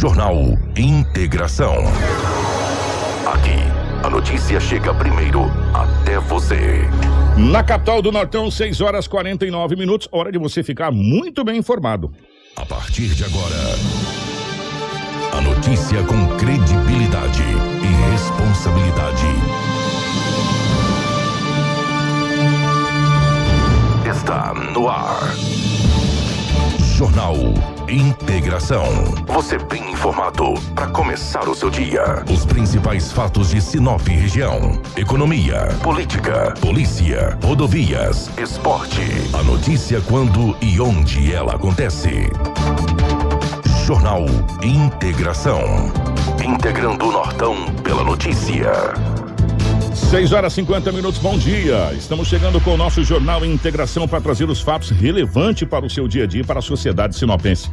Jornal Integração. Aqui, a notícia chega primeiro até você. Na capital do Nortão, 6h49, hora de você ficar muito bem informado. A partir de agora, a notícia com credibilidade e responsabilidade. Está no ar. Jornal Integração. Você bem informado para começar o seu dia. Os principais fatos de Sinop região: economia, política, polícia, rodovias, esporte. A notícia quando e onde ela acontece. Jornal Integração. Integrando o Nortão pela notícia. 6h50, bom dia. Estamos chegando com o nosso Jornal Integração para trazer os fatos relevantes para o seu dia a dia, para a sociedade sinopense.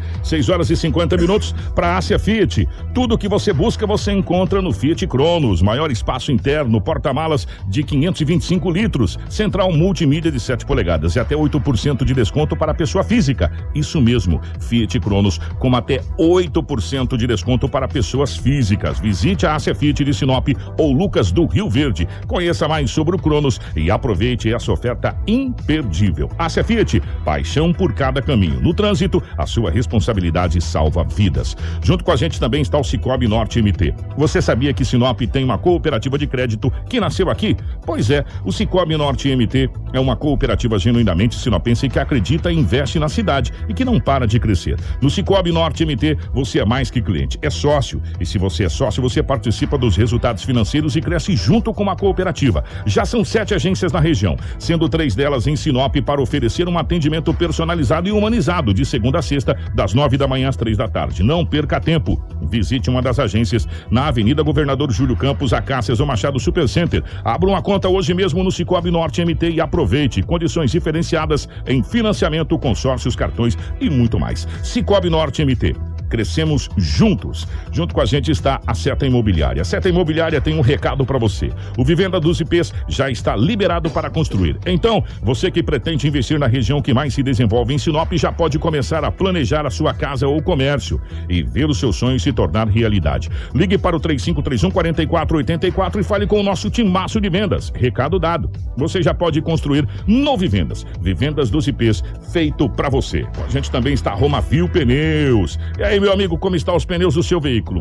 6h50 para a Ásia Fiat. Tudo o que você busca, você encontra no Fiat Cronos. Maior espaço interno, porta-malas de 525 litros, central multimídia de 7 polegadas e até 8% de desconto para a pessoa física. Isso mesmo, Fiat Cronos com até 8% de desconto para pessoas físicas. Visite a Ásia Fiat de Sinop ou Lucas do Rio Verde. Conheça mais sobre o Cronos e aproveite essa oferta imperdível. Ásia Fiat, paixão por cada caminho. No trânsito, a sua responsabilidade salva vidas. Junto com a gente também está o Cicobi Norte MT. Você sabia que Sinop tem uma cooperativa de crédito que nasceu aqui? Pois é, o Cicobi Norte MT é uma cooperativa genuinamente sinopense que acredita e investe na cidade e que não para de crescer. No Cicobi Norte MT, você é mais que cliente, é sócio. E se você é sócio, você participa dos resultados financeiros e cresce junto com a cooperativa. Já são 7 agências na região, sendo 3 delas em Sinop para oferecer um atendimento personalizado e humanizado de segunda a sexta, das 9 da manhã às 3 da tarde. Não perca tempo. Visite uma das agências na Avenida Governador Júlio Campos, Acácias ou Machado Supercenter. Abra uma conta hoje mesmo no Cicobi Norte MT e aproveite condições diferenciadas em financiamento, consórcios, cartões e muito mais. Cicobi Norte MT. Crescemos juntos. Junto com a gente está a Seta Imobiliária. A Seta Imobiliária tem um recado para você. O Vivenda dos IPs já está liberado para construir. Então, você que pretende investir na região que mais se desenvolve em Sinop já pode começar a planejar a sua casa ou comércio e ver o seu sonho se tornar realidade. Ligue para o 3531-4484 e fale com o nosso timaço de vendas. Recado dado. Você já pode construir no Vivendas. Vivendas dos IPs, feito para você. Com a gente também está a Romavil Pneus. E aí, meu amigo, como estão os pneus do seu veículo?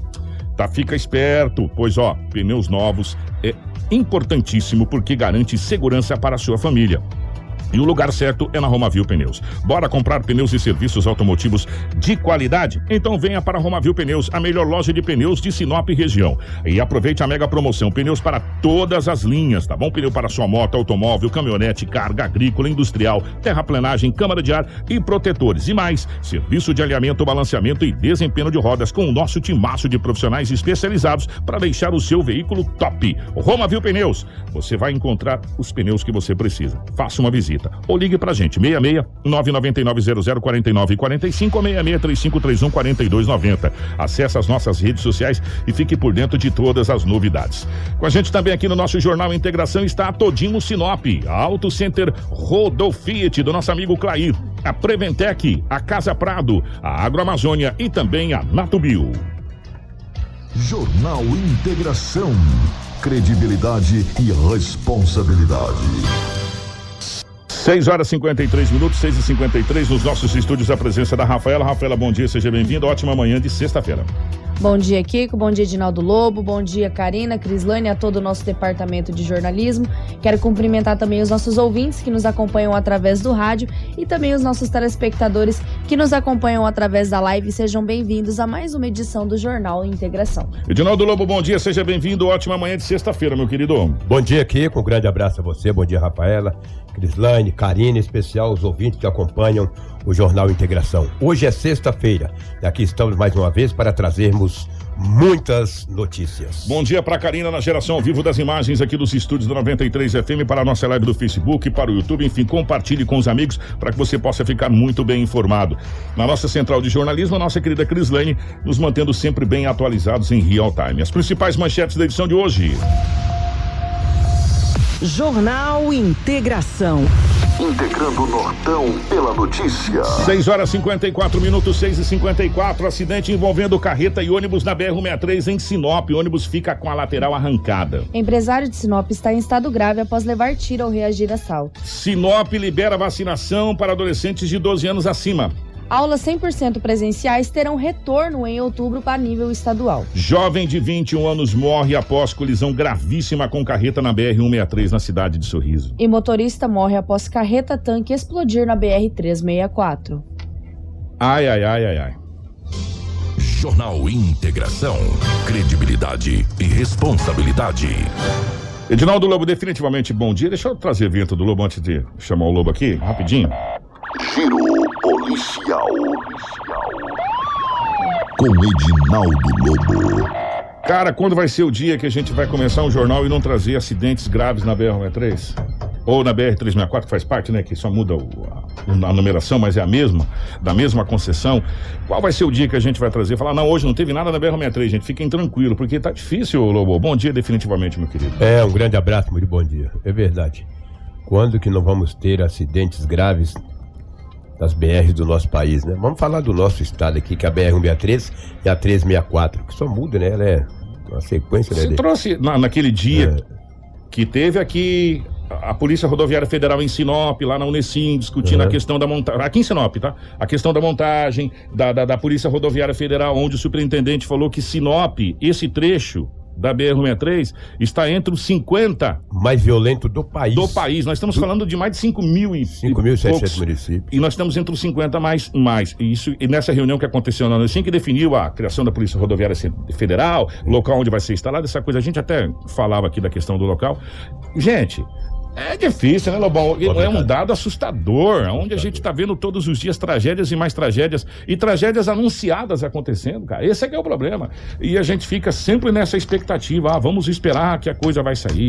Fica esperto, pois pneus novos é importantíssimo porque garante segurança para a sua família. E o lugar certo é na Romavil Pneus. Bora comprar pneus e serviços automotivos de qualidade? Então venha para a Romavil Pneus, a melhor loja de pneus de Sinop região. E aproveite a mega promoção, pneus para todas as linhas, tá bom? Pneu para sua moto, automóvel, caminhonete, carga agrícola, industrial, terraplenagem, câmara de ar e protetores. E mais, serviço de alinhamento, balanceamento e desempenho de rodas com o nosso timaço de profissionais especializados para deixar o seu veículo top. Romavil Pneus, você vai encontrar os pneus que você precisa. Faça uma visita. Ou ligue pra gente, 66-999-00-4945 ou 66-3531-4290. Acesse as nossas redes sociais e fique por dentro de todas as novidades. Com a gente também aqui no nosso Jornal Integração está a Todimo Sinop, a Auto Center Rodofiat do nosso amigo Clair, a Preventec, a Casa Prado, a Agroamazônia e também a Natubio. Jornal Integração, credibilidade e responsabilidade. 6h53, 6h53, nos nossos estúdios, a presença da Rafaela. Rafaela, bom dia, seja bem-vinda. Ótima manhã de sexta-feira. Bom dia, Kiko. Bom dia, Edinaldo Lobo. Bom dia, Karina, Crislane, a todo o nosso departamento de jornalismo. Quero cumprimentar também os nossos ouvintes que nos acompanham através do rádio e também os nossos telespectadores que nos acompanham através da live. Sejam bem-vindos a mais uma edição do Jornal Integração. Edinaldo Lobo, bom dia, seja bem-vindo. Ótima manhã de sexta-feira, meu querido. Bom dia, Kiko. Um grande abraço a você. Bom dia, Rafaela, Crislane, Karina, em especial os ouvintes que acompanham o Jornal Integração. Hoje é sexta-feira e aqui estamos mais uma vez para trazermos muitas notícias. Bom dia para Karina na geração ao vivo das imagens aqui dos estúdios da 93 FM, para a nossa live do Facebook, para o YouTube, enfim, compartilhe com os amigos para que você possa ficar muito bem informado. Na nossa central de jornalismo, a nossa querida Crislane nos mantendo sempre bem atualizados em real time. As principais manchetes da edição de hoje. Jornal Integração. integrando o Nortão pela notícia. 6 horas 54 minutos, 6h54. Acidente envolvendo carreta e ônibus na BR-163 em Sinop. O ônibus fica com a lateral arrancada. Empresário de Sinop está em estado grave após levar tiro ao reagir a assalto. Sinop libera vacinação para adolescentes de 12 anos acima. Aulas 100% presenciais terão retorno em outubro para nível estadual. Jovem de 21 anos morre após colisão gravíssima com carreta na BR-163 na cidade de Sorriso. E motorista morre após carreta-tanque explodir na BR-364. Ai, ai, ai, ai, ai. Jornal Integração. Credibilidade e responsabilidade. Edinaldo Lobo, definitivamente bom dia. Deixa eu trazer a vinheta do Lobo antes de chamar o Lobo aqui, rapidinho. Giro policial. Com Edinaldo Lobo. Cara, quando vai ser o dia que a gente vai começar um jornal e não trazer acidentes graves na BR-163? Ou na BR-364, que faz parte, né? Que só muda a numeração, mas é a mesma, da mesma concessão. Qual vai ser o dia que a gente vai trazer? Falar, não, hoje não teve nada na BR-163, gente. Fiquem tranquilos, porque tá difícil, Lobo. Bom dia, definitivamente, meu querido. Um grande abraço, muito bom dia. É verdade. Quando que não vamos ter acidentes graves das BRs do nosso país, né? Vamos falar do nosso estado aqui, que é a BR-163 e a 364, que só muda, né? Ela é uma sequência, né? Você trouxe naquele dia que teve aqui a Polícia Rodoviária Federal em Sinop, lá na Unesim, discutindo a questão da montagem, aqui em Sinop, tá? A questão da montagem da Polícia Rodoviária Federal, onde o superintendente falou que Sinop, esse trecho da BR-163, está entre os 50 mais violento do país. Nós estamos falando de mais de 5.700 municípios. E nós estamos entre os 50 mais. E nessa reunião que aconteceu na Unesim, que definiu a criação da Polícia Rodoviária Federal, local onde vai ser instalada, essa coisa, a gente até falava aqui da questão do local. Gente, é difícil, né, Lobão? É um dado assustador, onde a gente está vendo todos os dias tragédias e mais tragédias, e tragédias anunciadas acontecendo, cara. Esse é que é o problema. E a gente fica sempre nessa expectativa, vamos esperar que a coisa vai sair,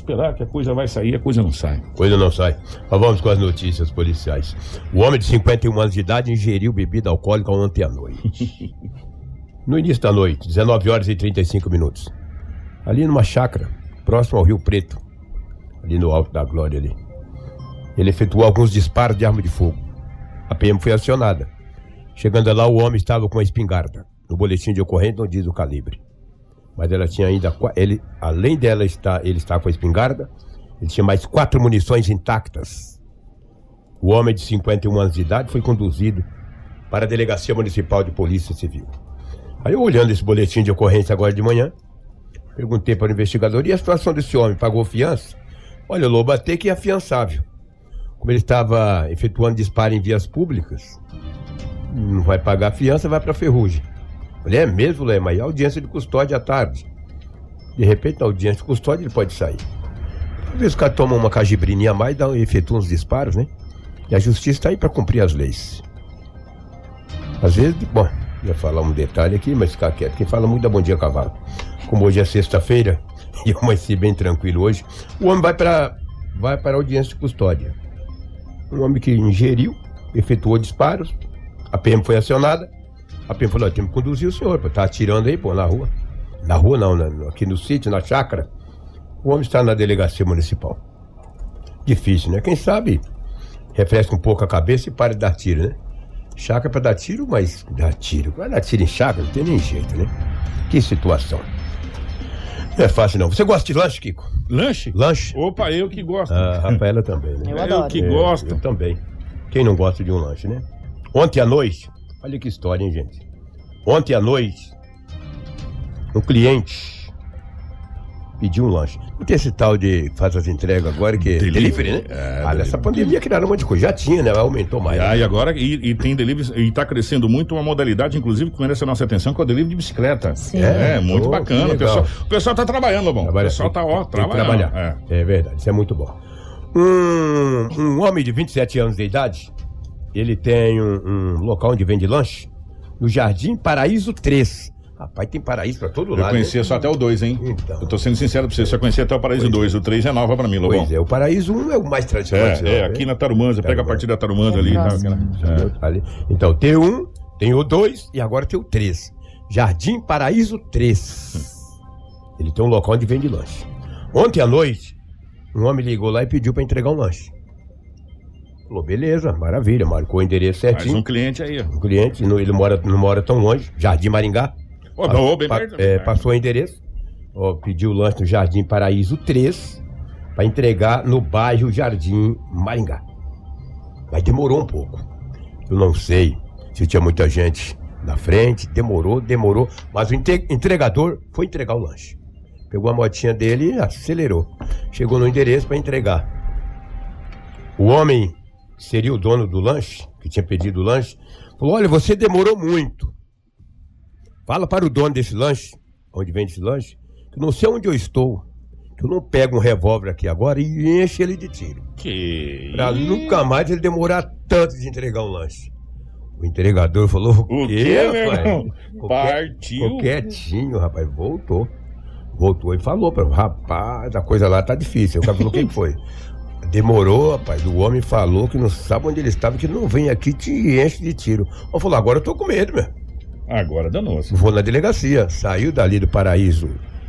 a coisa não sai. Coisa não sai. Mas vamos com as notícias policiais. O homem de 51 anos de idade ingeriu bebida alcoólica ontem à noite. No início da noite, 19 horas e 35 minutos. Ali numa chácara, próximo ao Rio Preto, ali no Alto da Glória ali. Ele efetuou alguns disparos de arma de fogo. A PM foi acionada. Chegando lá, o homem estava com uma espingarda. No boletim de ocorrência não diz o calibre. Mas ela tinha ainda... além dela ele estar com a espingarda, ele tinha mais 4 munições intactas. O homem de 51 anos de idade foi conduzido para a Delegacia Municipal de Polícia Civil. Aí eu, olhando esse boletim de ocorrência agora de manhã, perguntei para o investigador, e a situação desse homem? Pagou fiança? Olha, Lobo, até que é afiançável. Como ele estava efetuando disparo em vias públicas, não vai pagar fiança, vai para ferrugem. Falei, é mesmo, Lema? E a audiência de custódia à tarde? De repente, na audiência de custódia, ele pode sair. Às vezes o cara toma uma cajibrininha a mais e efetua uns disparos, né? E a justiça está aí para cumprir as leis. Às vezes, bom, ia falar um detalhe aqui, mas ficar quieto. Quem fala muito dá bom dia, cavalo. Como hoje é sexta-feira, e eu amanheci bem tranquilo hoje, o homem vai para a audiência de custódia. Um homem que ingeriu, efetuou disparos, a PM foi acionada, a PM falou, temos que conduzir o senhor, tá atirando aí, na rua. Na rua não, aqui no sítio, na chácara. O homem está na delegacia municipal. Difícil, né? Quem sabe refresca um pouco a cabeça e para de dar tiro, né? Chácara para dar tiro, mas dá tiro. Vai dar tiro em chácara, não tem nem jeito, né? Que situação. Não é fácil, não. Você gosta de lanche, Kiko? Lanche? Lanche? Opa, eu que gosto. A Rafaela também, né? Eu adoro. Eu que gosto. Eu também. Quem não gosta de um lanche, né? Ontem à noite, olha que história, hein, gente? Ontem à noite, um cliente pediu um lanche. Não tem esse tal de faz as entregas agora, que é delivery, né? Nessa pandemia criaram um monte de coisa. Já tinha, né? Aumentou mais. E agora, tem delivery, e tá crescendo muito uma modalidade, inclusive, que merece a nossa atenção, que é o delivery de bicicleta. Sim. Muito bacana. O pessoal tá trabalhando, bom. O pessoal tá, trabalhando. É verdade, isso é muito bom. Um homem de 27 anos de idade, ele tem um local onde vende lanche, no Jardim Paraíso 3. Rapaz, tem paraíso pra todo lado. Eu conhecia só até o 2, hein? Então. Eu tô sendo sincero pra você, só conhecia até o Paraíso 2. O 3 é nova pra mim, Lobão. Pois é, o Paraíso 1 é o mais tradicional. Aqui na Tarumã, pega a partir da Tarumã ali. Ali. Então, tem um, tem o 2 e agora tem o 3. Jardim Paraíso 3. Ele tem um local onde vende lanche. Ontem à noite, um homem ligou lá e pediu pra entregar um lanche. Falou, beleza, maravilha, marcou o endereço certinho. Mais um cliente aí, ó. Um cliente, ele não mora tão longe, Jardim Maringá. Bem perto. Passou o endereço, pediu o lanche no Jardim Paraíso 3, para entregar no bairro Jardim Maringá. Mas demorou um pouco. Eu não sei se tinha muita gente na frente, demorou, mas o entregador foi entregar o lanche. Pegou a motinha dele e acelerou. Chegou no endereço para entregar. O homem, que seria o dono do lanche, que tinha pedido o lanche, falou, olha, você demorou muito. Fala para o dono desse lanche, onde vende esse lanche, que não sei onde eu estou, que eu não pego um revólver aqui agora e enche ele de tiro. Pra nunca mais ele demorar tanto de entregar um lanche. O entregador falou, o quê, rapaz? Partiu. Ficou quietinho, rapaz, voltou e falou para o rapaz, a coisa lá tá difícil. O cara falou, quem foi? Demorou, rapaz, o homem falou que não sabe onde ele estava, que não vem aqui e te enche de tiro. Eu falei, agora eu tô com medo, meu. Agora danou-se. Vou na delegacia, saiu dali do Paraíso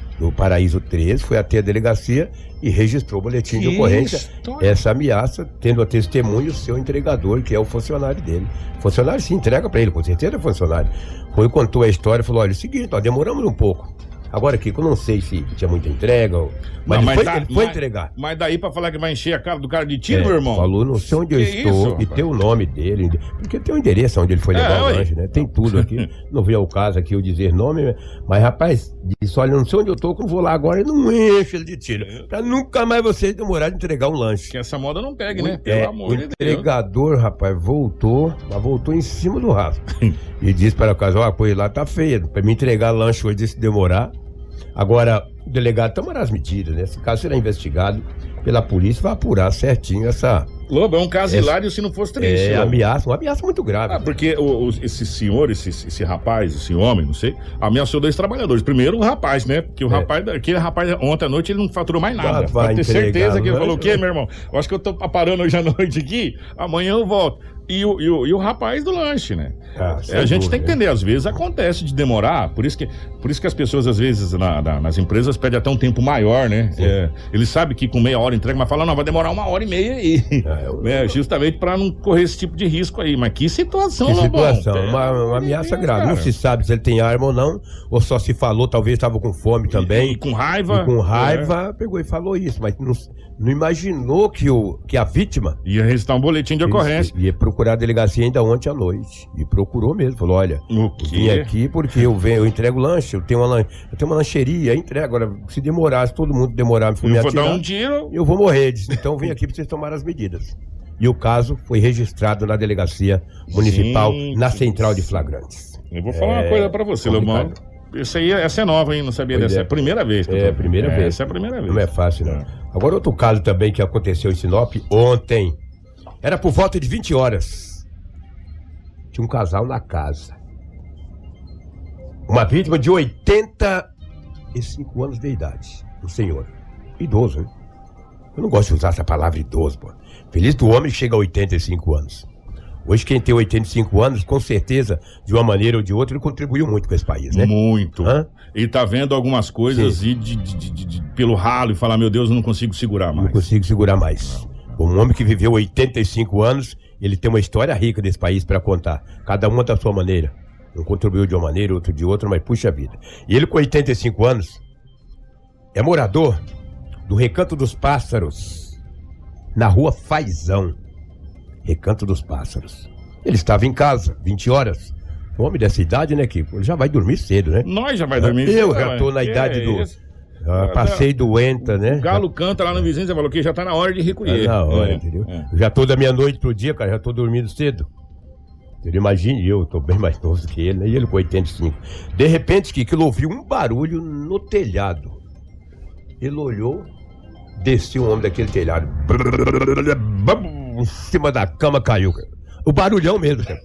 13, foi até a delegacia e registrou o boletim de ocorrência. Essa ameaça, tendo a testemunho o seu entregador, que é o funcionário dele. O funcionário se entrega para ele, com certeza é funcionário. Contou a história, falou, olha, é o seguinte, demoramos um pouco. Agora, Kiko, eu não sei se tinha muita entrega, mas ele foi entregar. Mas daí pra falar que vai encher a cara do cara de tiro, meu irmão? Falou, não sei onde eu estou, e tem o nome dele, porque tem o endereço onde ele foi levar o lanche, né? Tem tudo aqui. Não veio ao caso aqui eu dizer nome, mas rapaz, disse, olha, não sei onde eu tô, que eu vou lá agora e não enche ele de tiro. Pra nunca mais vocês demorar de entregar um lanche. Que essa moda não pegue, né? Pelo amor de Deus. O entregador, rapaz, voltou em cima do rastro. E disse para o casal, a coisa lá tá feia, pra me entregar lanche hoje, se demorar. Agora, o delegado tomará as medidas, né? Esse caso será investigado pela polícia, vai apurar certinho essa... Lobo, é um caso hilário se não fosse triste. É uma ameaça muito grave. Porque esse senhor, esse rapaz, esse homem, não sei, ameaçou 2 trabalhadores. Primeiro o rapaz, né? Porque aquele rapaz, ontem à noite, ele não faturou mais nada. Pode ter certeza que ele falou, o quê, meu irmão? Eu acho que eu tô parando hoje à noite aqui, amanhã eu volto. E o rapaz do lanche, né? A gente tem que entender, às vezes acontece de demorar, por isso que as pessoas, às vezes, nas empresas pedem até um tempo maior, né? Eles sabem que com meia hora entrega, mas falam, não, vai demorar 1h30 aí. Justamente para não correr esse tipo de risco aí. Mas que situação, uma ameaça grave. Cara. Não se sabe se ele tem arma ou só se falou, talvez estava com fome também. E com raiva. Pegou e falou isso, mas não imaginou que a vítima ia registrar um boletim de ocorrência. Ia procurar a delegacia ainda ontem à noite. E procurou mesmo. Falou, olha, vim aqui porque eu entrego lanche, eu tenho uma lancheria, entrego. Agora, se demorar, se todo mundo demorar me atirar, dar um tiro, eu vou morrer. Então vim aqui para vocês tomarem as medidas. E o caso foi registrado na delegacia municipal, na central de flagrantes. Eu vou falar uma coisa para você, Lobão. Essa é nova, hein? Não sabia dessa. É a primeira vez. Primeira vez. Essa é a primeira vez. Não é fácil, não. Agora, outro caso também que aconteceu em Sinop ontem. Era por volta de 20 horas. Tinha um casal na casa. Uma vítima de 85 anos de idade. O senhor. Idoso, né? Eu não gosto de usar essa palavra idoso, pô. Feliz do homem que chega a 85 anos. Hoje quem tem 85 anos, com certeza, de uma maneira ou de outra, ele contribuiu muito com esse país, né? Muito. Ele tá vendo algumas coisas e pelo ralo e falar, meu Deus, eu não consigo segurar mais. Não consigo segurar mais. Um homem que viveu 85 anos, ele tem uma história rica desse país para contar. Cada uma da sua maneira. Um contribuiu de uma maneira, outro de outra, mas puxa vida. E ele com 85 anos, é morador do Recanto dos Pássaros, na rua Faisão. Recanto dos Pássaros. Ele estava em casa, 20 horas. Um homem dessa idade, né, Kiko? Ele já vai dormir cedo, né? Nós já vai dormir cedo. Eu já tô na idade do... passei doenta, né? O galo canta lá no vizinho, você falou que já tá na hora de recolher. Tá na hora, entendeu? Já tô da meia-noite pro dia, cara, já tô dormindo cedo. Imagine eu tô bem mais novo do que ele, né? E ele com 85. De repente, Kiko, ele ouviu um barulho no telhado. Ele olhou, desceu um homem daquele telhado. Em cima da cama caiu, cara. O barulhão mesmo, cara.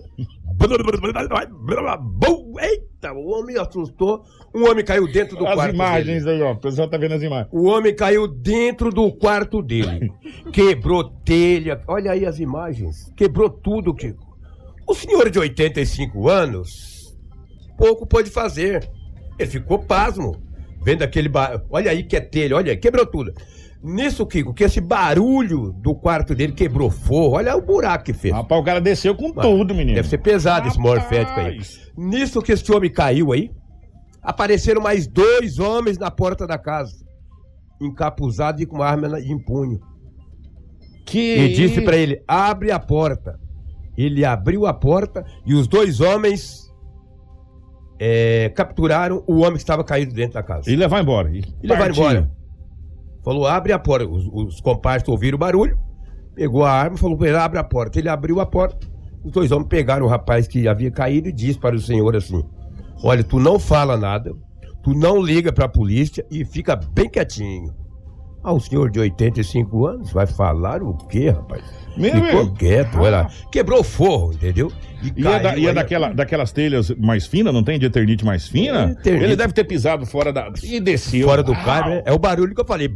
Eita, o homem assustou. Um homem caiu dentro do quarto dele. As imagens aí, ó. O pessoal tá vendo as imagens. O homem caiu dentro do quarto dele. Quebrou telha. Olha aí as imagens. Quebrou tudo, Kiko. O senhor de 85 anos, pouco pôde fazer. Ele ficou pasmo. Vendo aquele... Olha aí que é telha. Olha aí, quebrou tudo. Nisso, Kiko, que esse barulho do quarto dele quebrou forro. Olha o buraco que fez. Rapaz, o cara desceu com tudo, menino. Deve ser pesado esse morfético aí. Nisso que esse homem caiu aí, apareceram mais 2 homens na porta da casa, encapuzados e com arma em punho. E disse pra ele, abre a porta. Ele abriu a porta e os 2 homens capturaram o homem que estava caído dentro da casa. E levar embora. Falou, abre a porta. Os comparsas ouviram o barulho, pegou a arma e falou pra ele, abre a porta. Ele abriu a porta, os 2 homens pegaram o rapaz que havia caído e disse para o senhor assim, olha, tu não fala nada, tu não liga pra polícia e fica bem quietinho. O senhor de 85 anos vai falar o quê, rapaz? Ficou quieto, olha lá. Quebrou o forro, entendeu? E é daquelas telhas mais finas, não tem de eternite mais fina? Ele deve ter pisado fora da... E desceu. Fora do carro, né? É o barulho que eu falei.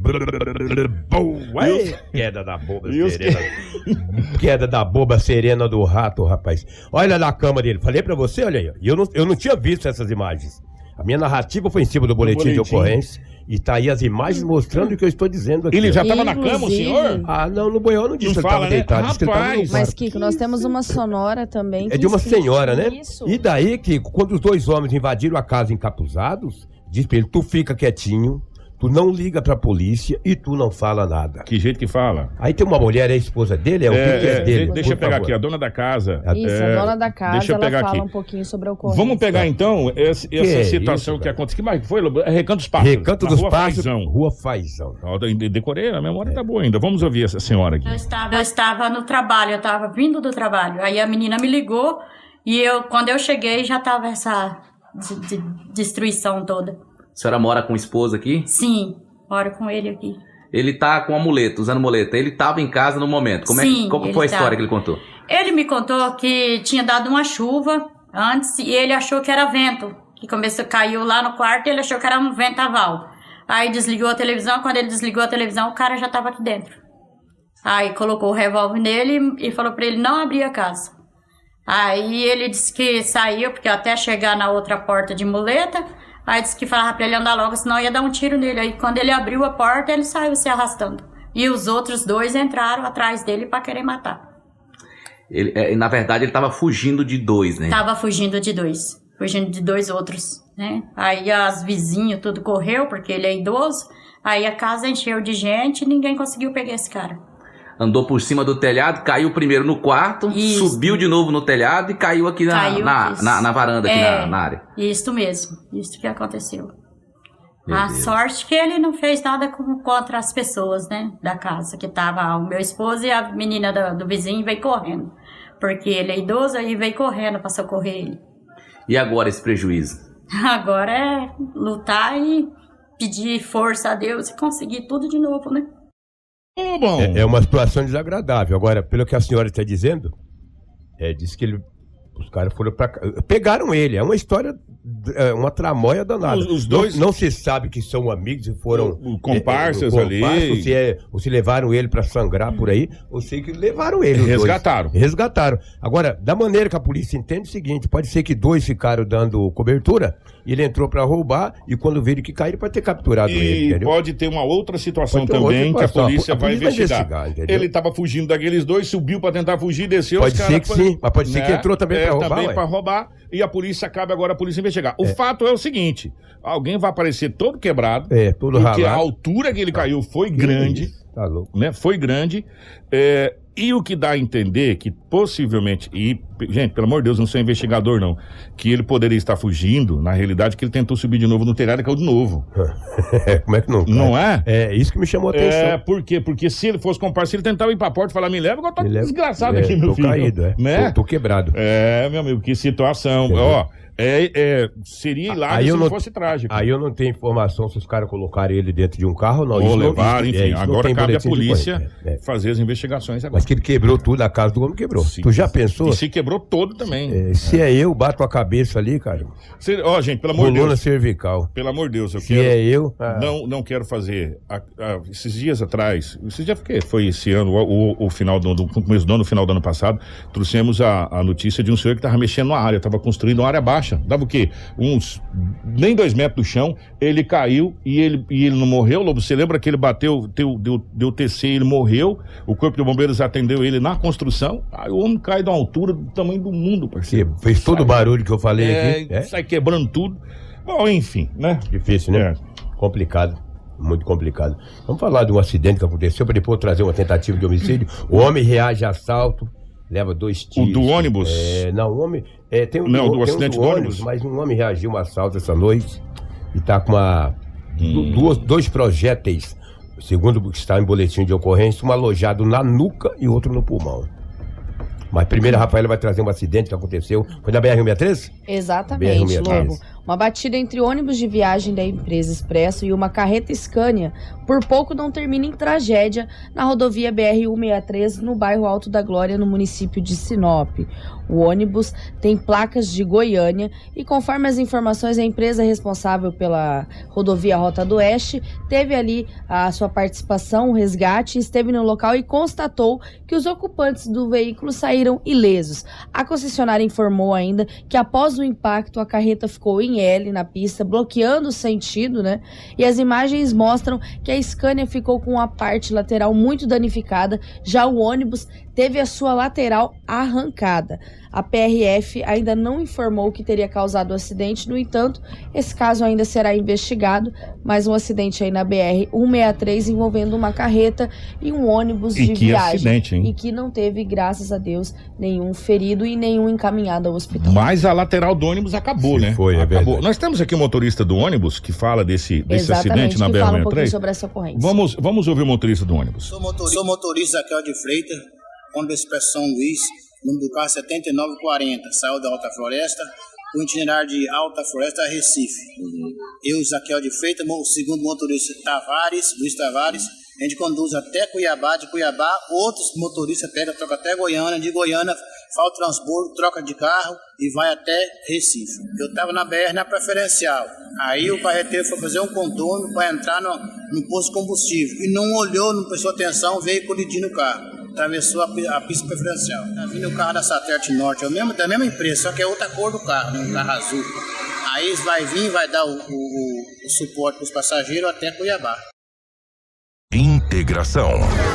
Queda da boba serena. Queda da boba serena do rato, rapaz. Olha na cama dele. Falei pra você, olha aí. Eu não tinha visto essas imagens. A minha narrativa foi em cima do boletim de ocorrência. E tá aí as imagens mostrando o que eu estou dizendo aqui. Ele já estava na cama, o senhor? Não, no banheiro não disse que ele estava deitado. Disse que ele tava no quarto. Mas, Kiko, nós temos uma sonora também. É de uma senhora, né? Isso. E daí, Kiko, quando os 2 homens invadiram a casa encapuzados, disse pra ele, tu fica quietinho, tu não liga pra polícia e tu não fala nada. Que jeito que fala? Aí tem uma mulher, é a esposa dele, dele. Deixa eu pegar aqui, a dona da casa. Isso, a dona da casa, deixa eu pegar ela fala aqui um pouquinho sobre a ocorrência. Vamos pegar então essa situação que aconteceu. Que mais foi? Recanto dos Pássaros. Recanto dos Pássaros, Rua Faisão. Decorei, a memória tá boa ainda. Vamos ouvir essa senhora aqui. Eu estava no trabalho, eu estava vindo do trabalho. Aí a menina me ligou e quando eu cheguei já estava essa destruição toda. A senhora mora com o esposo aqui? Sim. Moro com ele aqui. Ele tá com amuleto, usando muleta. Ele tava em casa no momento. Qual foi a história que ele contou? Ele me contou que tinha dado uma chuva antes e ele achou que era vento. Que caiu lá no quarto e ele achou que era um ventaval. Aí desligou a televisão. Quando ele desligou a televisão, o cara já tava aqui dentro. Aí colocou o revólver nele e falou pra ele não abrir a casa. Aí ele disse que saiu, porque até chegar na outra porta de muleta... Aí disse que falava pra ele andar logo, senão ia dar um tiro nele. Aí quando ele abriu a porta, ele saiu se arrastando. E os outros 2 entraram atrás dele pra querer matar. Na verdade, ele tava fugindo de 2, né? Tava fugindo de 2. Fugindo de 2 outros, né? Aí as vizinhos tudo correu, porque ele é idoso. Aí a casa encheu de gente e ninguém conseguiu pegar esse cara. Andou por cima do telhado, caiu primeiro no quarto, subiu de novo no telhado e caiu aqui na varanda, aqui na área. Isso mesmo, isso que aconteceu. A sorte que ele não fez nada contra as pessoas, né, da casa, que tava o meu esposo e a menina do vizinho veio correndo. Porque ele é idoso e veio correndo para socorrer ele. E agora esse prejuízo? Agora é lutar e pedir força a Deus e conseguir tudo de novo, né? É uma situação desagradável. Agora, pelo que a senhora está dizendo, diz que os caras foram pra cá, pegaram ele. É uma história, uma tramóia danada. Os 2 não se sabe que são amigos e foram comparsas ali. Ou se levaram ele para sangrar por aí, ou sei que levaram ele. Resgataram. Agora, da maneira que a polícia entende, é o seguinte: pode ser que 2 ficaram dando cobertura, ele entrou para roubar e quando viram que caíram, pode ter capturado ele. Entendeu? Pode ter uma outra situação também que a polícia vai investigar. Ele estava fugindo daqueles 2, subiu para tentar fugir, desceu. Pode ser que sim, mas pode ser que entrou também para roubar, e a polícia cabe agora a polícia investigar. O fato é o seguinte: alguém vai aparecer todo quebrado, todo ralado, porque a altura que ele caiu foi grande, tá louco, né? Foi grande. E o que dá a entender que possivelmente, gente, pelo amor de Deus, não sou investigador não, que ele poderia estar fugindo, na realidade que ele tentou subir de novo no telhado e caiu de novo. Como é que não? Não é? É isso que me chamou a atenção. Por quê? Porque se ele fosse comparsa, ele tentava ir pra porta e falar, me leva, eu tô desgraçado aqui, meu tô filho. Caído, né? Tô quebrado. Meu amigo, que situação. Ó, seria hilário se não fosse trágico. Aí eu não tenho informação se os caras colocaram ele dentro de um carro ou não. Ou levaram, enfim. Agora cabe a polícia fazer as investigações agora. Mas que ele quebrou tudo, a casa do homem quebrou. Tu já pensou? E se quebrou quebrou todo também. Se é eu, bato a cabeça ali, cara. Ó, gente, pelo amor de Deus. Coluna cervical. Pelo amor de Deus, eu Se quero... é eu... Não quero fazer... esses dias atrás, foi esse ano, o final do começo do ano, final do ano passado, trouxemos a notícia de um senhor que estava mexendo na área, estava construindo uma área baixa. Dava o quê? Nem 2 metros do chão, ele caiu e ele não morreu, Lobo. Você lembra que ele bateu, deu TC, ele morreu, o Corpo de Bombeiros atendeu ele na construção, aí o homem cai de uma altura do tamanho do mundo, parceiro. Fez todo o barulho que eu falei aqui. Sai quebrando tudo. Bom, enfim, né? Difícil, né? Complicado. Muito complicado. Vamos falar de um acidente que aconteceu para depois trazer uma tentativa de homicídio. O homem reage a assalto, leva 2 tiros. O do ônibus? Não, o homem... do acidente do ônibus? Mas um homem reagiu a um assalto essa noite e tá com dois projéteis, segundo o que está em boletim de ocorrência, um alojado na nuca e outro no pulmão. Mas primeiro a Rafaela vai trazer um acidente que aconteceu. Foi na BR-163? Exatamente, Lobo. Uma batida entre ônibus de viagem da empresa Expresso e uma carreta Scania, por pouco não termina em tragédia na rodovia BR-163, no bairro Alto da Glória, no município de Sinop. O ônibus tem placas de Goiânia e, conforme as informações, a empresa responsável pela rodovia Rota do Oeste teve ali a sua participação, o resgate, esteve no local e constatou que os ocupantes do veículo saíram ilesos. A concessionária informou ainda que, após o impacto, a carreta ficou em L na pista, bloqueando o sentido, né? E as imagens mostram que a Scania ficou com a parte lateral muito danificada, já o ônibus teve a sua lateral arrancada. A PRF ainda não informou o que teria causado o acidente, no entanto, esse caso ainda será investigado, mas um acidente aí na BR-163 envolvendo uma carreta e um ônibus de viagem. Acidente, hein? E que não teve, graças a Deus, nenhum ferido e nenhum encaminhado ao hospital. Mas a lateral do ônibus acabou, né? Foi, acabou. Nós temos aqui um motorista do ônibus que fala desse acidente na BR-163. Fala um pouquinho sobre essa ocorrência. Vamos ouvir o motorista do ônibus. Sou motorista Raquel de Freitas, ônibus Expressão Luiz, número do carro 7940, saiu da Alta Floresta, o itinerário de Alta Floresta a Recife. Eu, Zaquel de Freitas, o segundo motorista Luiz Tavares, a gente conduz até Cuiabá, de Cuiabá, outros motoristas troca até Goiânia, de Goiânia faz o transbordo, troca de carro e vai até Recife. Eu estava na BR na preferencial, aí o carreteiro foi fazer um contorno para entrar no posto de combustível e não olhou, não prestou atenção, veio colidindo o carro. Atravessou a pista preferencial. Tá vindo o carro da Satélite Norte, da mesma empresa, só que é outra cor do carro, né? Um carro azul. Aí vai dar o suporte para os passageiros até Cuiabá. Integração.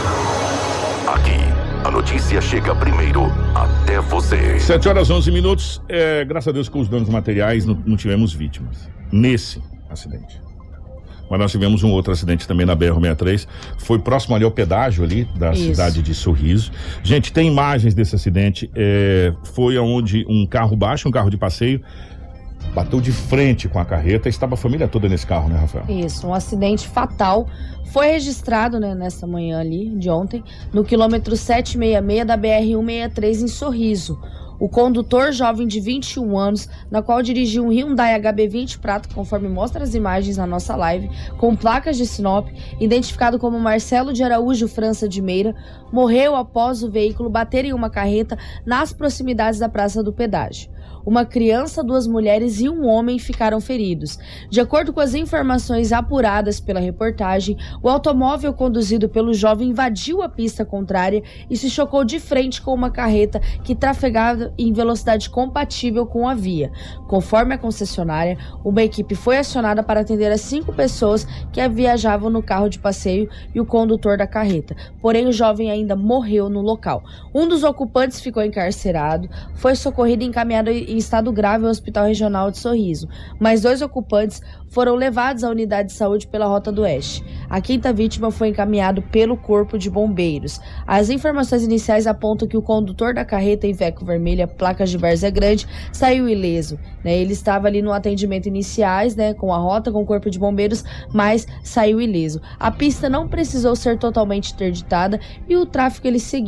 Aqui, a notícia chega primeiro até você. 7h11. Graças a Deus, com os danos materiais, não tivemos vítimas nesse acidente. Mas nós tivemos um outro acidente também na BR-163, foi próximo ali ao pedágio ali da cidade de Sorriso. Gente, tem imagens desse acidente, foi onde um carro baixo, um carro de passeio, bateu de frente com a carreta, estava a família toda nesse carro, né, Rafael? Isso, um acidente fatal, foi registrado, né, nessa manhã ali, de ontem, no quilômetro 766 da BR-163 em Sorriso. O condutor, jovem de 21 anos, na qual dirigiu um Hyundai HB20 prata, conforme mostra as imagens na nossa live, com placas de Sinop, identificado como Marcelo de Araújo França de Meira, morreu após o veículo bater em uma carreta nas proximidades da Praça do Pedágio. Uma criança, 2 mulheres e um homem ficaram feridos. De acordo com as informações apuradas pela reportagem, o automóvel conduzido pelo jovem invadiu a pista contrária e se chocou de frente com uma carreta que trafegava em velocidade compatível com a via. Conforme a concessionária, uma equipe foi acionada para atender as 5 pessoas que viajavam no carro de passeio e o condutor da carreta. Porém, o jovem ainda morreu no local. Um dos ocupantes ficou encarcerado, foi socorrido e encaminhado em estado grave ao Hospital Regional de Sorriso. Mais 2 ocupantes foram levados à unidade de saúde pela Rota do Oeste. A 5ª vítima foi encaminhado pelo Corpo de Bombeiros. As informações iniciais apontam que o condutor da carreta Iveco vermelha, placas de Várzea Grande, saiu ileso. Ele estava ali no atendimento iniciais, com a rota, com o Corpo de Bombeiros, mas saiu ileso. A pista não precisou ser totalmente interditada e o tráfego ele seguiu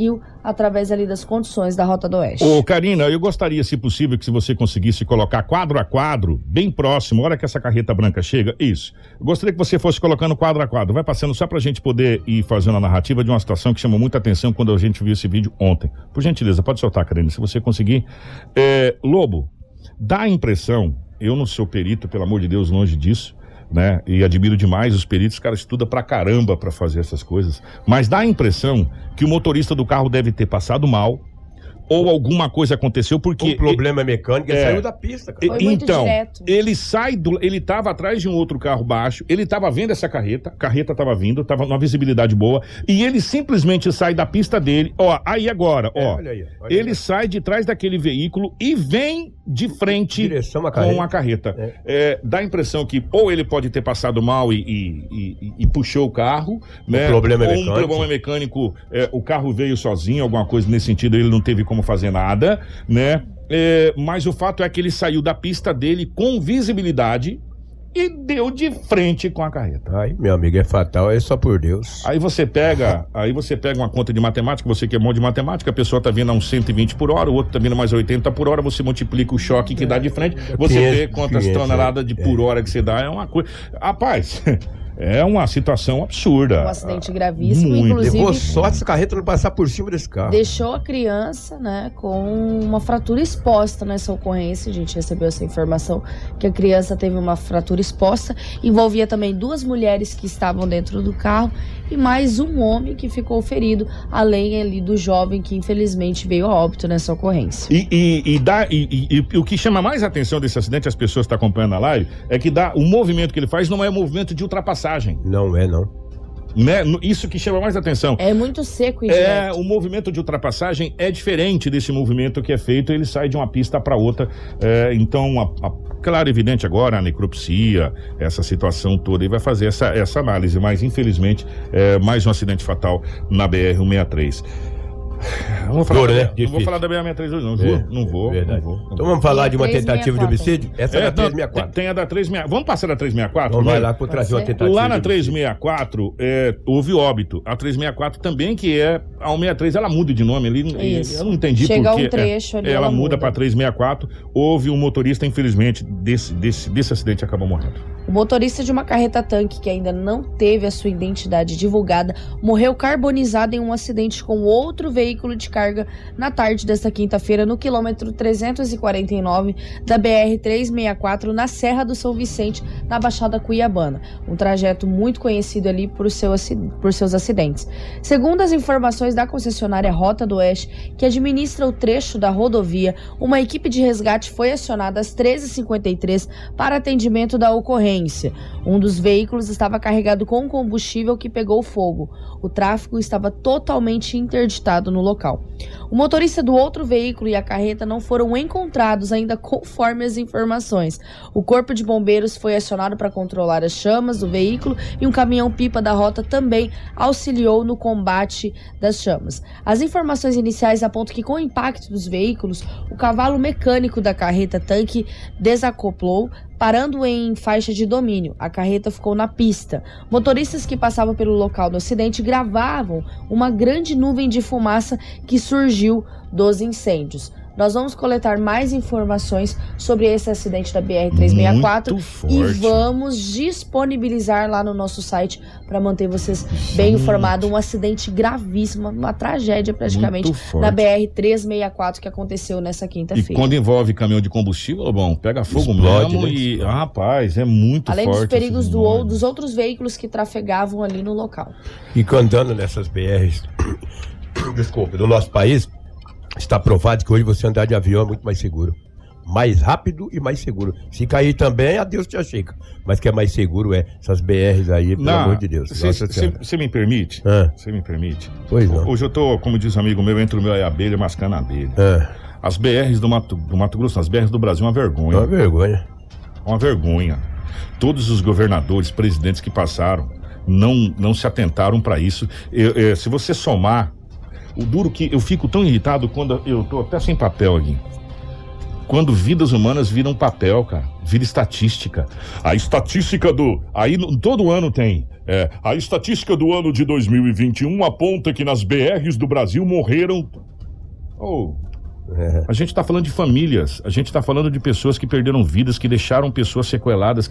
através ali das condições da Rota do Oeste. Ô, Karina, eu gostaria, se possível, que se você conseguisse colocar quadro a quadro, bem próximo, a hora que essa carreta branca chega, isso. Eu gostaria que você fosse colocando quadro a quadro, vai passando só pra gente poder ir fazendo a narrativa de uma situação que chamou muita atenção quando a gente viu esse vídeo ontem. Por gentileza, pode soltar, Karina, se você conseguir. Lobo, dá a impressão, eu não sou perito, pelo amor de Deus, longe disso, né? E admiro demais os peritos, os caras estudam pra caramba pra fazer essas coisas, mas dá a impressão que o motorista do carro deve ter passado mal, ou alguma coisa aconteceu, porque... O problema mecânico, ele saiu da pista, cara. Foi muito então, direto. ele tava atrás de um outro carro baixo, ele tava vendo essa carreta, a carreta tava vindo, tava numa visibilidade boa, e ele simplesmente sai da pista dele, aí agora, olha aí, ele sai de trás daquele veículo e vem de frente com a carreta. Dá a impressão que ou ele pode ter passado mal e puxou o carro, né? Um problema mecânico, o carro veio sozinho, alguma coisa nesse sentido, ele não teve como fazer nada, né? Mas o fato é que ele saiu da pista dele com visibilidade e deu de frente com a carreta. Ai, meu amigo, é fatal, é só por Deus. Aí você pega uma conta de matemática, você que é bom de matemática, a pessoa tá vindo a uns 120 por hora, o outro tá vindo a mais 80 por hora, você multiplica o choque que dá de frente, você vê quantas toneladas de por hora que você dá, é uma coisa... Rapaz... É uma situação absurda. Um acidente gravíssimo, muito. Inclusive... Levou sorte essa carreta não passar por cima desse carro. Deixou a criança, né, com uma fratura exposta nessa ocorrência. A gente recebeu essa informação que a criança teve uma fratura exposta. Envolvia também 2 mulheres que estavam dentro do carro e mais um homem que ficou ferido, além ali do jovem que infelizmente veio a óbito nessa ocorrência. E o que chama mais atenção desse acidente, as pessoas que estão acompanhando a live, é que o movimento que ele faz não é um movimento de ultrapassagem. Não é, não. Né? Isso que chama mais atenção. É muito seco e direto. O movimento de ultrapassagem é diferente desse movimento que é feito, ele sai de uma pista para outra. Então, claro, evidente agora, a necropsia, essa situação toda, e vai fazer essa análise, mas infelizmente, mais um acidente fatal na BR-163. Não vou falar da BR-163 hoje, não vou. Então vamos falar de uma tentativa de homicídio? Essa é da 364. Tem a da 364. Vamos passar da 364? Vamos lá para trazer uma tentativa. Lá na 364 houve óbito. A 364 também, que é a 163, ela muda de nome ali. Eu não entendi por quê. Chega um trecho ali, ela muda para 364. Houve um motorista, infelizmente, desse acidente acabou morrendo. O motorista de uma carreta-tanque, que ainda não teve a sua identidade divulgada, morreu carbonizado em um acidente com outro veículo de carga na tarde desta quinta-feira, no quilômetro 349 da BR-364, na Serra do São Vicente, na Baixada Cuiabana. Um trajeto muito conhecido ali por seus acidentes. Segundo as informações da concessionária Rota do Oeste, que administra o trecho da rodovia, uma equipe de resgate foi acionada às 13h53 para atendimento da ocorrência. Um dos veículos estava carregado com combustível que pegou fogo. O tráfego estava totalmente interditado no local. O motorista do outro veículo e a carreta não foram encontrados ainda, conforme as informações. O corpo de bombeiros foi acionado para controlar as chamas do veículo e um caminhão-pipa da rota também auxiliou no combate das chamas. As informações iniciais apontam que, com o impacto dos veículos, o cavalo mecânico da carreta-tanque desacoplou, parando em faixa de domínio. A carreta ficou na pista. Motoristas que passavam pelo local do acidente gravavam uma grande nuvem de fumaça que surgiu dos incêndios. Nós vamos coletar mais informações sobre esse acidente da BR-364 e vamos disponibilizar lá no nosso site para manter vocês bem informados. Um acidente gravíssimo, uma tragédia praticamente na BR-364 que aconteceu nessa quinta-feira. E quando envolve caminhão de combustível, bom, pega fogo mesmo e, rapaz, é muito forte. Além dos perigos dos outros veículos que trafegavam ali no local. E andando nessas BRs, do nosso país, está provado que hoje você andar de avião é muito mais seguro. Mais rápido e mais seguro. Se cair também, adeus te achica. Mas que é mais seguro essas BRs aí, pelo amor de Deus. Você me permite? Você me permite? Pois não. Hoje eu tô, como diz um amigo meu, entre o meu e a abelha, mascando a abelha. As BRs do Mato Grosso, as BRs do Brasil, uma vergonha. Uma vergonha. Uma vergonha. Todos os governadores, presidentes que passaram, não se atentaram para isso. Se você somar, o duro que eu fico tão irritado quando eu tô até sem papel aqui. Quando vidas humanas viram papel, cara, vira estatística. A estatística todo ano tem. A estatística do ano de 2021 aponta que nas BRs do Brasil morreram... A gente está falando de famílias, a gente está falando de pessoas que perderam vidas, que deixaram pessoas sequeladas,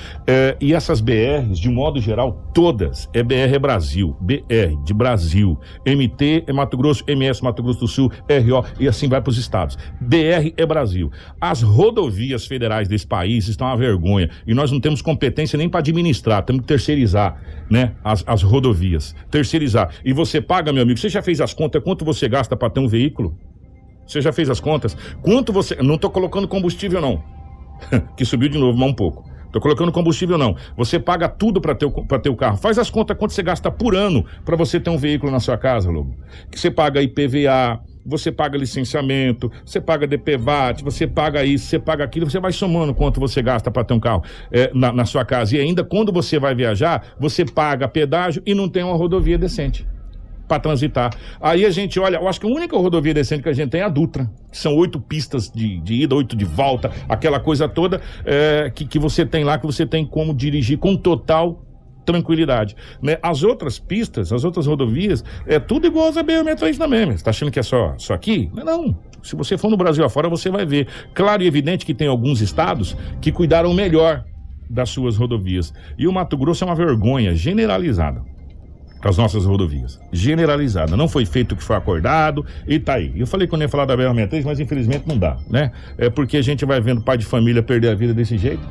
e essas BRs, de um modo geral, todas, BR é Brasil, BR de Brasil, MT é Mato Grosso, MS Mato Grosso do Sul, RO, e assim vai para os estados. BR é Brasil. As rodovias federais desse país estão uma vergonha, e nós não temos competência nem para administrar, temos que terceirizar, né, as rodovias, terceirizar. E você paga, meu amigo, você já fez as contas, quanto você gasta para ter um veículo? Você já fez as contas? Quanto você... Não tô colocando combustível, não. Que subiu de novo, mas um pouco. Tô colocando combustível, não. Você paga tudo para ter o carro. Faz as contas quanto você gasta por ano para você ter um veículo na sua casa, Lobo. Que você paga IPVA, você paga licenciamento, você paga DPVAT, você paga isso, você paga aquilo, você vai somando quanto você gasta para ter um carro na sua casa. E ainda, quando você vai viajar, você paga pedágio e não tem uma rodovia decente para transitar. Aí a gente olha, eu acho que a única rodovia decente que a gente tem é a Dutra, que são 8 pistas de ida, 8 de volta, aquela coisa toda que você tem lá, que você tem como dirigir com total tranquilidade, né? As outras pistas, as outras rodovias, é tudo igual às BR-63 também, você tá achando que é só aqui? Não. Se você for no Brasil afora, você vai ver. Claro e evidente que tem alguns estados que cuidaram melhor das suas rodovias. E o Mato Grosso é uma vergonha generalizada. As nossas rodovias, generalizada, não foi feito o que foi acordado e tá aí. Eu falei que eu não ia falar da BR-63, mas infelizmente não dá, né? É porque a gente vai vendo pai de família perder a vida desse jeito,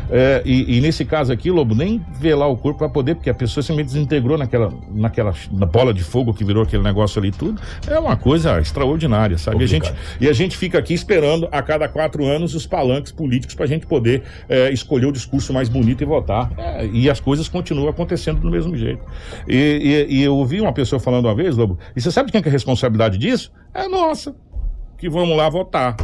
e nesse caso aqui, Lobo, nem vê lá o corpo para poder, porque a pessoa se me desintegrou na bola de fogo que virou aquele negócio ali tudo. É uma coisa extraordinária, sabe? A gente fica aqui esperando a cada 4 anos os palanques políticos pra gente poder escolher o discurso mais bonito e votar, e as coisas continuam acontecendo do mesmo jeito. E eu ouvi uma pessoa falando uma vez, Lobo, e você sabe de quem que é a responsabilidade disso? É nossa, que vamos lá votar.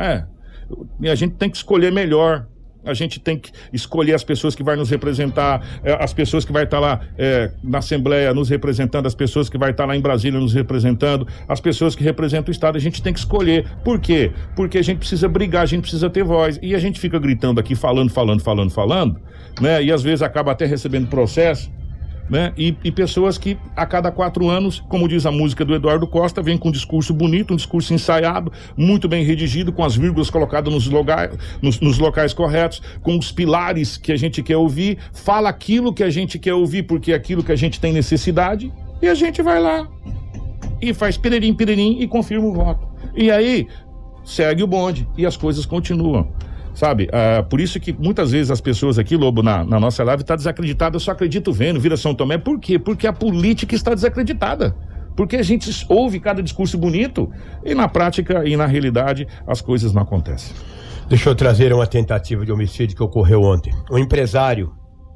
E a gente tem que escolher melhor. A gente tem que escolher as pessoas que vai nos representar, as pessoas que vai estar lá na Assembleia nos representando, as pessoas que vai estar lá em Brasília nos representando, as pessoas que representam o Estado. A gente tem que escolher. Por quê? Porque a gente precisa brigar, a gente precisa ter voz. E a gente fica gritando aqui, falando, né? E às vezes acaba até recebendo processo, né? E pessoas que a cada 4 anos, como diz a música do Eduardo Costa, vem com um discurso bonito, um discurso ensaiado, muito bem redigido, com as vírgulas colocadas nos locais corretos, com os pilares que a gente quer ouvir, fala aquilo que a gente quer ouvir, porque é aquilo que a gente tem necessidade, e a gente vai lá e faz piririm e confirma o voto. E aí segue o bonde e as coisas continuam. Sabe, por isso que muitas vezes as pessoas aqui, Lobo, na nossa live tá desacreditada. Eu só acredito vendo, vira São Tomé. Por quê? Porque a política está desacreditada. Porque a gente ouve cada discurso bonito e na prática e na realidade as coisas não acontecem. Deixa eu trazer uma tentativa de homicídio que ocorreu ontem. Um empresário,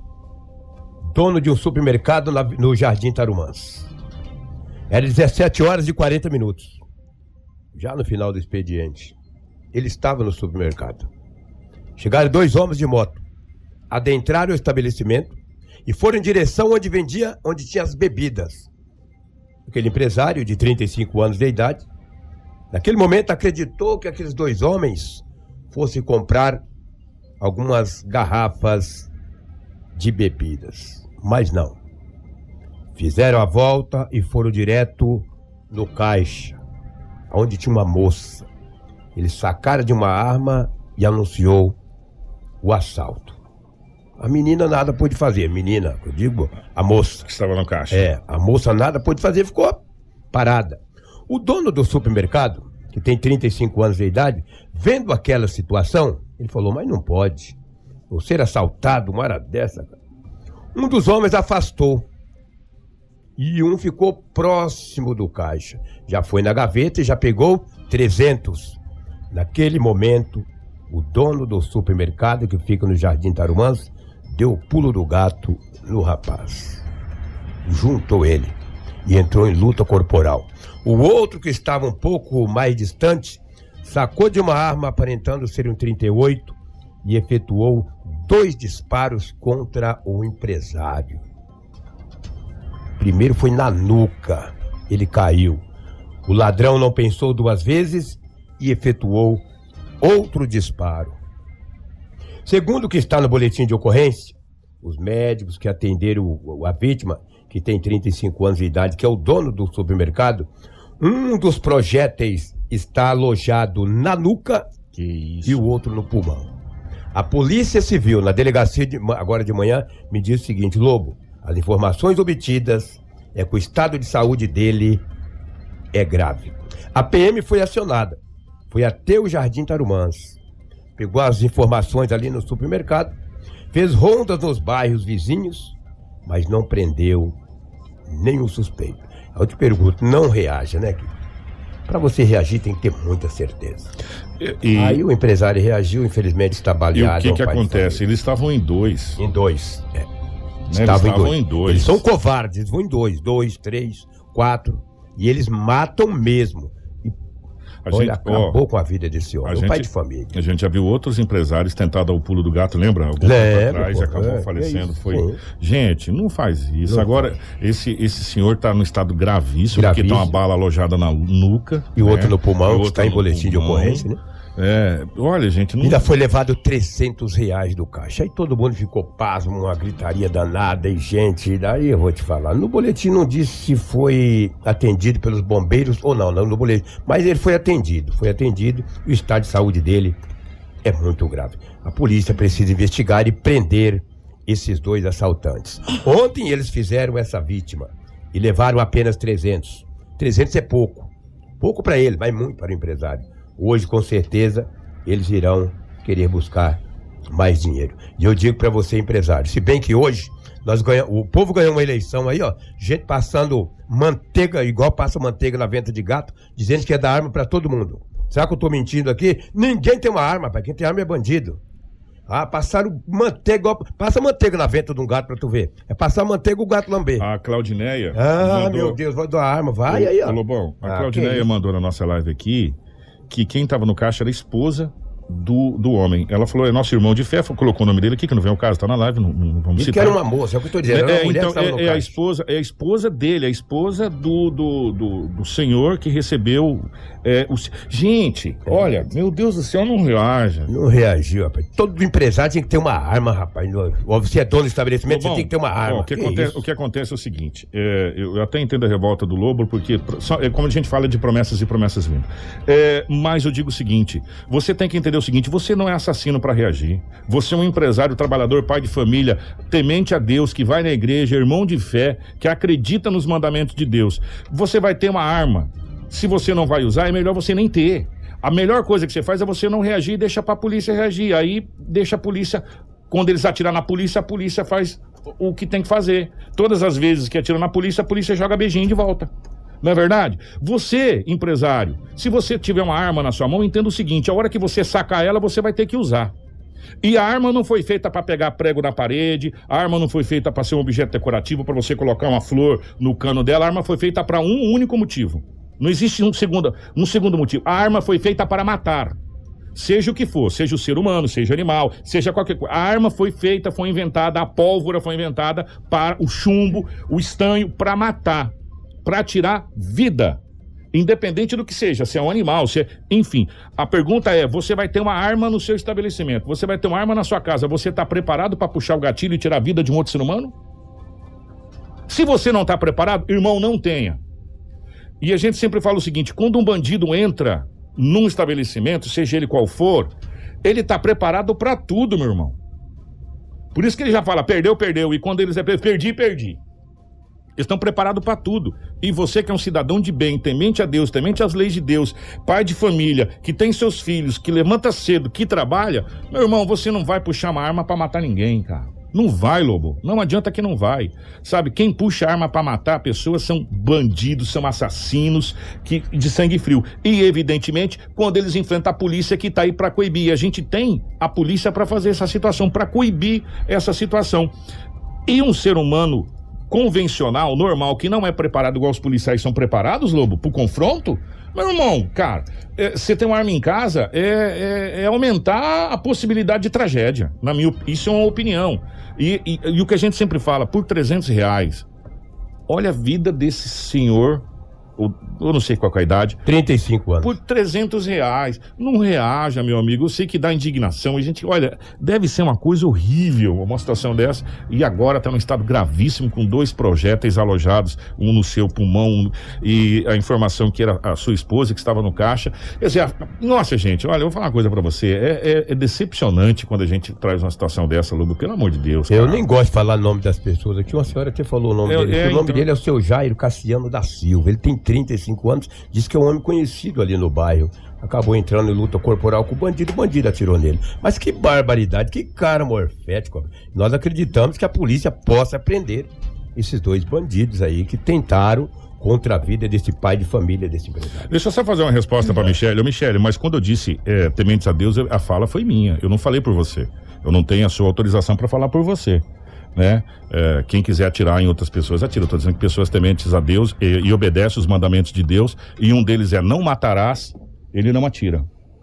dono de um supermercado no Jardim Tarumãs. Era 17h40, já no final do expediente. Ele estava no supermercado. Chegaram 2 homens de moto, adentraram o estabelecimento e foram em direção onde tinha as bebidas. Aquele empresário de 35 anos de idade, naquele momento acreditou que aqueles 2 homens fossem comprar algumas garrafas de bebidas, mas não. Fizeram a volta e foram direto no caixa, onde tinha uma moça. Eles sacaram de uma arma e anunciou o assalto. A menina nada pôde fazer. Menina, eu digo, a moça. Que estava no caixa. A moça nada pôde fazer, ficou parada. O dono do supermercado, que tem 35 anos de idade, vendo aquela situação, ele falou, mas não pode. Eu ser assaltado, uma hora dessa. Um dos homens afastou. E um ficou próximo do caixa. Já foi na gaveta e já pegou 300. Naquele momento, o dono do supermercado, que fica no Jardim Tarumãs, deu o pulo do gato no rapaz. Juntou ele e entrou em luta corporal. O outro, que estava um pouco mais distante, sacou de uma arma aparentando ser um 38 e efetuou 2 disparos contra o empresário. Primeiro foi na nuca, ele caiu. O ladrão não pensou 2 vezes e efetuou outro disparo. Segundo o que está no boletim de ocorrência, os médicos que atenderam a vítima, que tem 35 anos de idade, que é o dono do supermercado, um dos projéteis está alojado na nuca e o outro no pulmão. A Polícia Civil, na delegacia agora de manhã, me disse o seguinte: Lobo, as informações obtidas é que o estado de saúde dele é grave. A PM foi acionada, foi até o Jardim Tarumãs, pegou as informações ali no supermercado, fez rondas nos bairros vizinhos, mas não prendeu nenhum suspeito. Eu te pergunto, não reaja, né, Kiko? Para você reagir tem que ter muita certeza. Aí o empresário reagiu, infelizmente está baleado. E o que acontece? Eles estavam em dois. Em dois, né? Estavam em dois. Eles são covardes, eles vão em dois, três, quatro, e eles matam mesmo. Acabou com a vida desse homem, pai de família. A gente já viu outros empresários tentar dar o pulo do gato, lembra? Algum tempo atrás, acabou falecendo. Gente, não faz isso. Agora, esse senhor tá no estado gravíssimo, porque tá uma bala alojada na nuca. E o outro no pulmão, que está em boletim de ocorrência, né? Olha, gente... Ainda foi levado R$300 do caixa. Aí todo mundo ficou pasmo, uma gritaria danada e gente... Daí eu vou te falar, no boletim não disse se foi atendido pelos bombeiros ou não no boletim. Mas ele foi atendido. O estado de saúde dele é muito grave. A polícia precisa investigar e prender esses dois assaltantes. Ontem eles fizeram essa vítima e levaram apenas 300. 300 é pouco. Pouco para ele, mas muito para o empresário. Hoje, com certeza, eles irão querer buscar mais dinheiro. E eu digo para você, empresário, se bem que hoje o povo ganhou uma eleição aí, ó, gente passando manteiga, igual passa manteiga na venta de gato, dizendo que é dar arma para todo mundo. Será que eu tô mentindo aqui? Ninguém tem uma arma, pai. Quem tem arma é bandido. Passaram manteiga, passa manteiga na venta de um gato pra tu ver. É passar manteiga o gato lamber. A Claudineia meu Deus, vai dar arma, vai aí, ó. Lobão, a Claudineia mandou na nossa live aqui que quem tava no caixa era a esposa do homem. Ela falou, é nosso irmão de fé, colocou o nome dele aqui, que não vem ao caso, tá na live, não vamos citar. Que era uma moça, é o que eu tô dizendo, era uma mulher então, que estava no caixa. É a esposa dele, a esposa do senhor que recebeu gente, olha, meu Deus do céu, não reaja. Não reagiu, rapaz. Todo empresário tem que ter uma arma, rapaz. Você é dono do estabelecimento, você tem que ter uma arma. O que acontece é o seguinte, eu até entendo a revolta do Lobo, porque como a gente fala de promessas e promessas vindas. Mas eu digo o seguinte, você tem que entender o seguinte, você não é assassino para reagir. Você é um empresário, trabalhador, pai de família, temente a Deus, que vai na igreja, irmão de fé, que acredita nos mandamentos de Deus. Você vai ter uma arma. Se você não vai usar, é melhor você nem ter. A melhor coisa que você faz é você não reagir e deixa pra polícia reagir. Aí deixa a polícia, quando eles atiram na polícia, a polícia faz o que tem que fazer. Todas as vezes que atira na polícia, a polícia joga beijinho de volta. Não é verdade? Você, empresário, se você tiver uma arma na sua mão, entenda o seguinte, a hora que você sacar ela, você vai ter que usar. E a arma não foi feita para pegar prego na parede, a arma não foi feita para ser um objeto decorativo, para você colocar uma flor no cano dela, a arma foi feita para um único motivo. Não existe um segundo motivo. A arma foi feita para matar. Seja o que for, seja o ser humano, seja animal, seja qualquer coisa. A arma foi feita, foi inventada, a pólvora foi inventada para o chumbo, o estanho, para matar, para tirar vida. Independente do que seja, se é um animal, enfim. A pergunta é, você vai ter uma arma no seu estabelecimento, você vai ter uma arma na sua casa, você está preparado para puxar o gatilho e tirar a vida de um outro ser humano? Se você não está preparado, irmão, não tenha. E a gente sempre fala o seguinte, quando um bandido entra num estabelecimento, seja ele qual for, ele está preparado para tudo, meu irmão. Por isso que ele já fala, perdeu, e quando eles perdi. Eles estão preparados para tudo. E você que é um cidadão de bem, temente a Deus, temente às leis de Deus, pai de família, que tem seus filhos, que levanta cedo, que trabalha, meu irmão, você não vai puxar uma arma para matar ninguém, cara. Não vai, Lobo. Não adianta que não vai. Sabe, quem puxa arma para matar pessoas são bandidos, são assassinos de sangue frio. E, evidentemente, quando eles enfrentam a polícia que tá aí para coibir. A gente tem a polícia para fazer essa situação, para coibir essa situação. E um ser humano convencional, normal, que não é preparado igual os policiais são preparados, Lobo, pro confronto, meu irmão, cara, você tem uma arma em casa, é aumentar a possibilidade de tragédia, isso é uma opinião, e o que a gente sempre fala, por R$300, olha a vida desse senhor eu não sei qual é a idade. 35 anos. Por R$300. Não reaja, meu amigo. Eu sei que dá indignação. E, gente, olha, deve ser uma coisa horrível uma situação dessa. E agora está num estado gravíssimo, com 2 projéteis alojados, um no seu pulmão, e a informação que era a sua esposa que estava no caixa. Quer dizer, nossa, gente, olha, eu vou falar uma coisa pra você. É decepcionante quando a gente traz uma situação dessa, Lobo, pelo amor de Deus. Cara. Eu nem gosto de falar o nome das pessoas aqui. Uma senhora até falou o nome dele. O nome dele é o seu Jairo Cassiano da Silva. Ele tem 35 anos, diz que é um homem conhecido ali no bairro. Acabou entrando em luta corporal com o bandido atirou nele. Mas que barbaridade, que cara morfético. Nós acreditamos que a polícia possa prender esses 2 bandidos aí que tentaram contra a vida desse pai de família, desse empresário. Deixa eu só fazer uma resposta pra Michele. Michele, mas quando eu disse tementes a Deus, a fala foi minha. Eu não falei por você. Eu não tenho a sua autorização para falar por você, né? Quem quiser atirar em outras pessoas, atira. Eu tô dizendo que pessoas tementes a Deus e obedecem os mandamentos de Deus, e um deles é não matarás, ele não atira.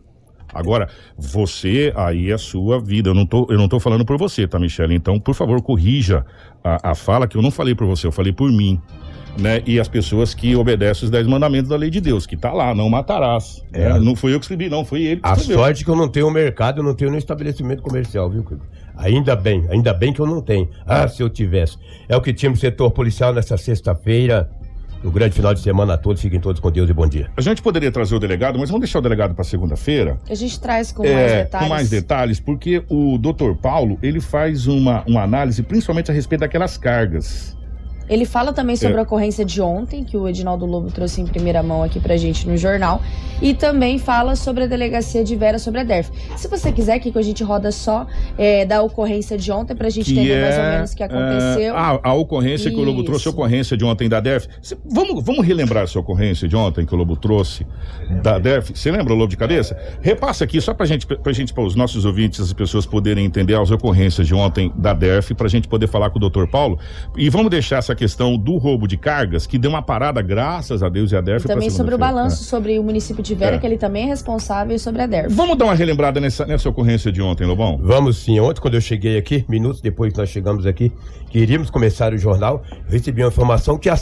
Agora, você, aí é a sua vida. Eu não tô falando por você, tá, Michele? Então, por favor, corrija a fala, que eu não falei por você, eu falei por mim. Né? E as pessoas que obedecem os 10 mandamentos da lei de Deus, que tá lá, não matarás. Não fui eu que escrevi, não, foi ele que escreveu. A sorte que eu não tenho mercado, eu não tenho nem estabelecimento comercial, viu, Kiko? Ainda bem que eu não tenho. Ah, se eu tivesse. É o que tínhamos no setor policial nessa sexta-feira. Um grande final de semana a todos, fiquem todos com Deus e bom dia. A gente poderia trazer o delegado, mas vamos deixar o delegado para segunda-feira. A gente traz com mais detalhes. Com mais detalhes, porque o Dr. Paulo, ele faz uma análise, principalmente a respeito daquelas cargas. Ele fala também sobre a ocorrência de ontem, que o Edinaldo Lobo trouxe em primeira mão aqui pra gente no jornal. E também fala sobre a delegacia de Vera, sobre a DERF. Se você quiser, Kiko, a gente roda só da ocorrência de ontem pra gente entender mais ou menos o que aconteceu. A ocorrência que o Lobo trouxe, a ocorrência de ontem da DERF. Vamos relembrar essa ocorrência de ontem que o Lobo trouxe da DERF. Você lembra, Lobo de cabeça? Repassa aqui, só para os nossos ouvintes, as pessoas poderem entender as ocorrências de ontem da DERF, pra gente poder falar com o Dr. Paulo. E vamos deixar essa questão do roubo de cargas, que deu uma parada, graças a Deus, e a DERF. E também sobre o balanço sobre o município de Vera, que ele também é responsável, e sobre a DERF. Vamos dar uma relembrada nessa ocorrência de ontem, Lobão? Vamos sim. Ontem, quando eu cheguei aqui, minutos depois que nós chegamos aqui, que iríamos começar o jornal, eu recebi uma informação que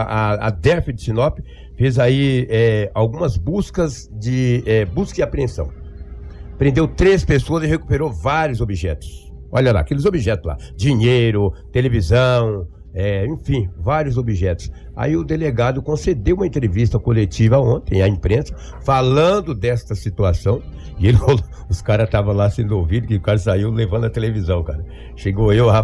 a DERF de Sinop fez aí algumas buscas busca e apreensão. Prendeu 3 pessoas e recuperou vários objetos. Olha lá, aqueles objetos lá, dinheiro, televisão, enfim, vários objetos. Aí o delegado concedeu uma entrevista coletiva ontem à imprensa, falando desta situação, e os caras estavam lá sendo ouvidos, que o cara saiu levando a televisão, cara. Chegou eu, a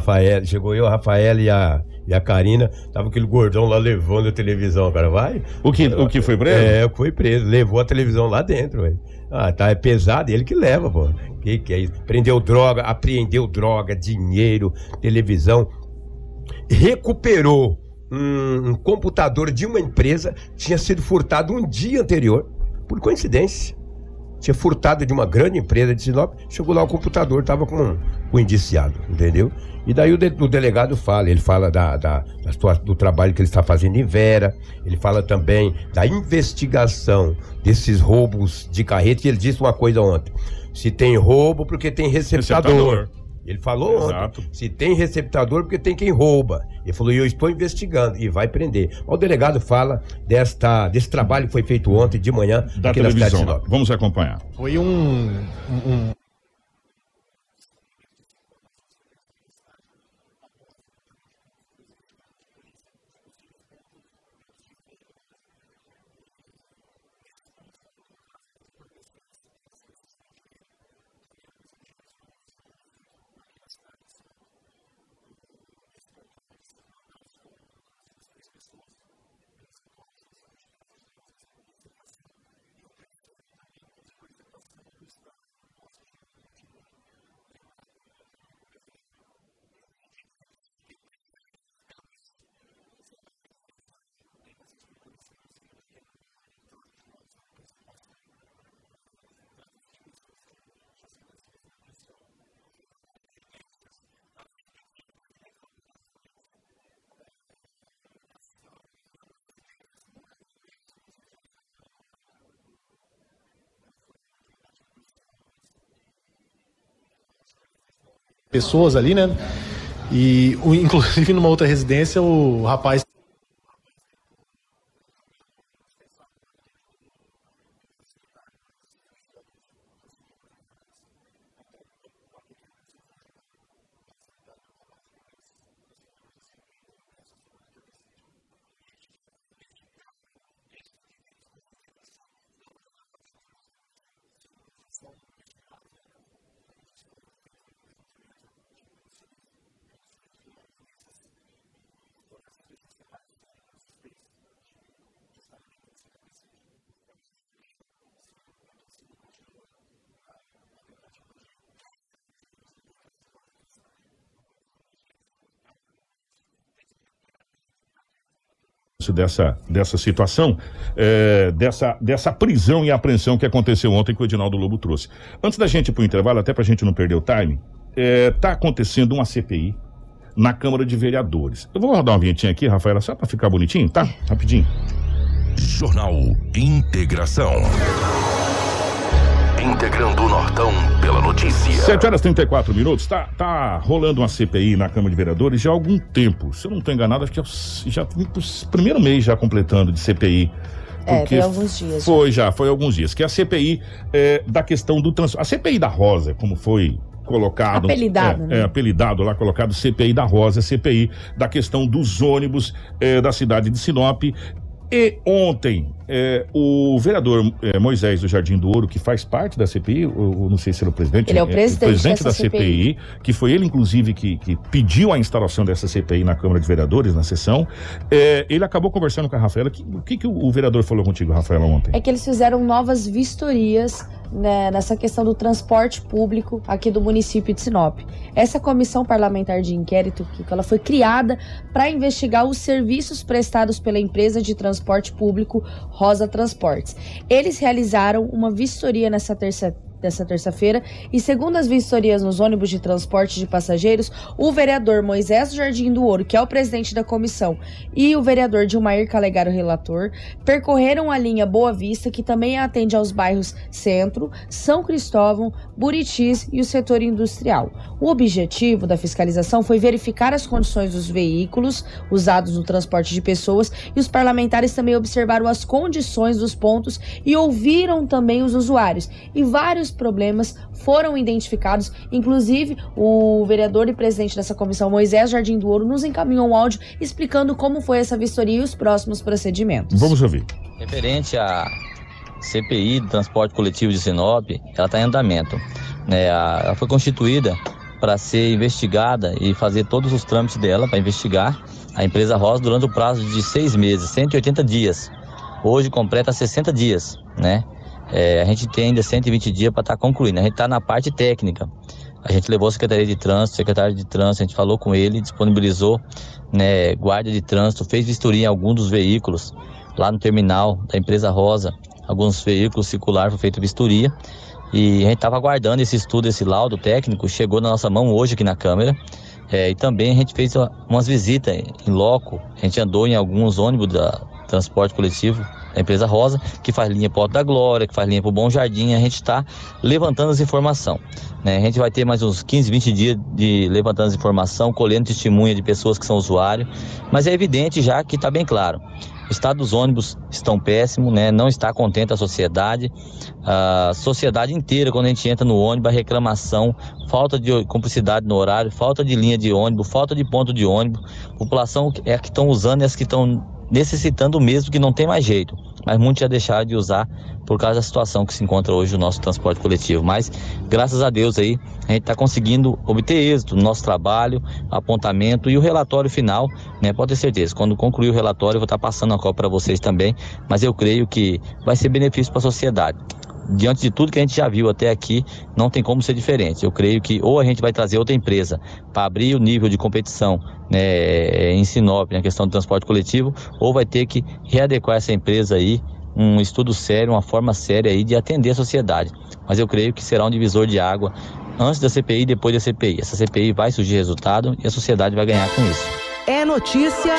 Rafaela e a Karina, tava aquele gordão lá levando a televisão, cara, vai. O que foi preso? Foi preso, levou a televisão lá dentro, velho. É pesado, ele que leva, pô. Que é isso? Prendeu droga, apreendeu droga, dinheiro, televisão. Recuperou um computador de uma empresa, tinha sido furtado um dia anterior, por coincidência. Tinha furtado de uma grande empresa de Sinop, chegou lá o computador, estava com o indiciado, entendeu? E daí o delegado fala, ele fala do trabalho que ele está fazendo em Vera, ele fala também da investigação desses roubos de carreta, e ele disse uma coisa ontem: se tem roubo, porque tem receptador. Ele falou ontem, se tem receptador, porque tem quem rouba. Ele falou, eu estou investigando, e vai prender. O delegado fala desse trabalho que foi feito ontem de manhã da aqui televisão, na cidade de Sinop. Vamos acompanhar. Foi pessoas ali, né? E inclusive numa outra residência o rapaz dessa situação, dessa prisão e apreensão que aconteceu ontem que o Edinaldo Lobo trouxe. Antes da gente ir pro intervalo, até pra gente não perder o time, tá acontecendo uma CPI na Câmara de Vereadores. Eu vou rodar uma vinhetinha aqui, Rafaela, só pra ficar bonitinho, tá? Rapidinho. Jornal Integração. Integrando o Nortão pela notícia. 7h34. Tá rolando uma CPI na Câmara de Vereadores já há algum tempo. Se eu não estou enganado, acho que já vim pro primeiro mês já completando de CPI. Foi alguns dias. Foi alguns dias. Que é a CPI da questão do transporte. A CPI da Rosa, como foi colocado. Apelidado, né? Apelidado lá, colocado CPI da Rosa, CPI da questão dos ônibus da cidade de Sinop. E ontem, o vereador Moisés do Jardim do Ouro, que faz parte da CPI, eu não sei se ele é o presidente. Ele é o presidente da CPI, que foi ele, inclusive, que pediu a instalação dessa CPI na Câmara de Vereadores, na sessão. Ele acabou conversando com a Rafaela. O que o vereador falou contigo, Rafaela, ontem? É que eles fizeram novas vistorias, né, nessa questão do transporte público aqui do município de Sinop. Essa comissão parlamentar de inquérito, ela foi criada para investigar os serviços prestados pela empresa de transporte público Rosa Transportes. Eles realizaram uma vistoria nessa terça-feira e, segundo as vistorias nos ônibus de transporte de passageiros, o vereador Moisés do Jardim do Ouro, que é o presidente da comissão, e o vereador Dilmair Calegaro, relator, percorreram a linha Boa Vista, que também atende aos bairros Centro, São Cristóvão, Buritis e o setor industrial. O objetivo da fiscalização foi verificar as condições dos veículos usados no transporte de pessoas, e os parlamentares também observaram as condições dos pontos e ouviram também os usuários. E vários problemas foram identificados, inclusive o vereador e presidente dessa comissão, Moisés Jardim do Ouro, nos encaminhou um áudio explicando como foi essa vistoria e os próximos procedimentos. Vamos ouvir. Referente à CPI do transporte coletivo de Sinop, ela está em andamento, né? Ela foi constituída para ser investigada e fazer todos os trâmites dela para investigar a empresa Rosa durante o prazo de 6 meses, 180 dias. Hoje completa 60 dias, né? A gente tem ainda 120 dias para estar concluindo. A gente está na parte técnica. A gente levou a Secretaria de Trânsito, secretário de Trânsito, a gente falou com ele, disponibilizou, né, guarda de trânsito, fez vistoria em alguns dos veículos lá no terminal da empresa Rosa. Alguns veículos circulares foi feita vistoria e a gente estava aguardando esse estudo, esse laudo técnico, chegou na nossa mão hoje aqui na Câmara. E também a gente fez umas visitas em loco, a gente andou em alguns ônibus da transporte coletivo da empresa Rosa, que faz linha para o Alto da Glória, que faz linha para o Bom Jardim. A gente está levantando as informações, né? A gente vai ter mais uns 15, 20 dias de levantando as informações, colhendo testemunha de pessoas que são usuários, mas é evidente já que está bem claro. O estado dos ônibus estão péssimo, né? Não está contente a sociedade inteira, quando a gente entra no ônibus, a reclamação, falta de cumplicidade no horário, falta de linha de ônibus, falta de ponto de ônibus. A população é a que estão usando e as que estão necessitando mesmo, que não tem mais jeito, mas muitos já deixaram de usar por causa da situação que se encontra hoje o nosso transporte coletivo. Mas graças a Deus aí a gente está conseguindo obter êxito no nosso trabalho, apontamento e o relatório final, né? Pode ter certeza, quando concluir o relatório eu vou estar passando a cópia para vocês também, mas eu creio que vai ser benefício para a sociedade. Diante de tudo que a gente já viu até aqui, não tem como ser diferente. Eu creio que ou a gente vai trazer outra empresa para abrir o nível de competição, né, em Sinop, na questão do transporte coletivo, ou vai ter que readequar essa empresa aí, um estudo sério, uma forma séria aí de atender a sociedade. Mas eu creio que será um divisor de água antes da CPI e depois da CPI. Essa CPI vai surgir resultado e a sociedade vai ganhar com isso. É notícia.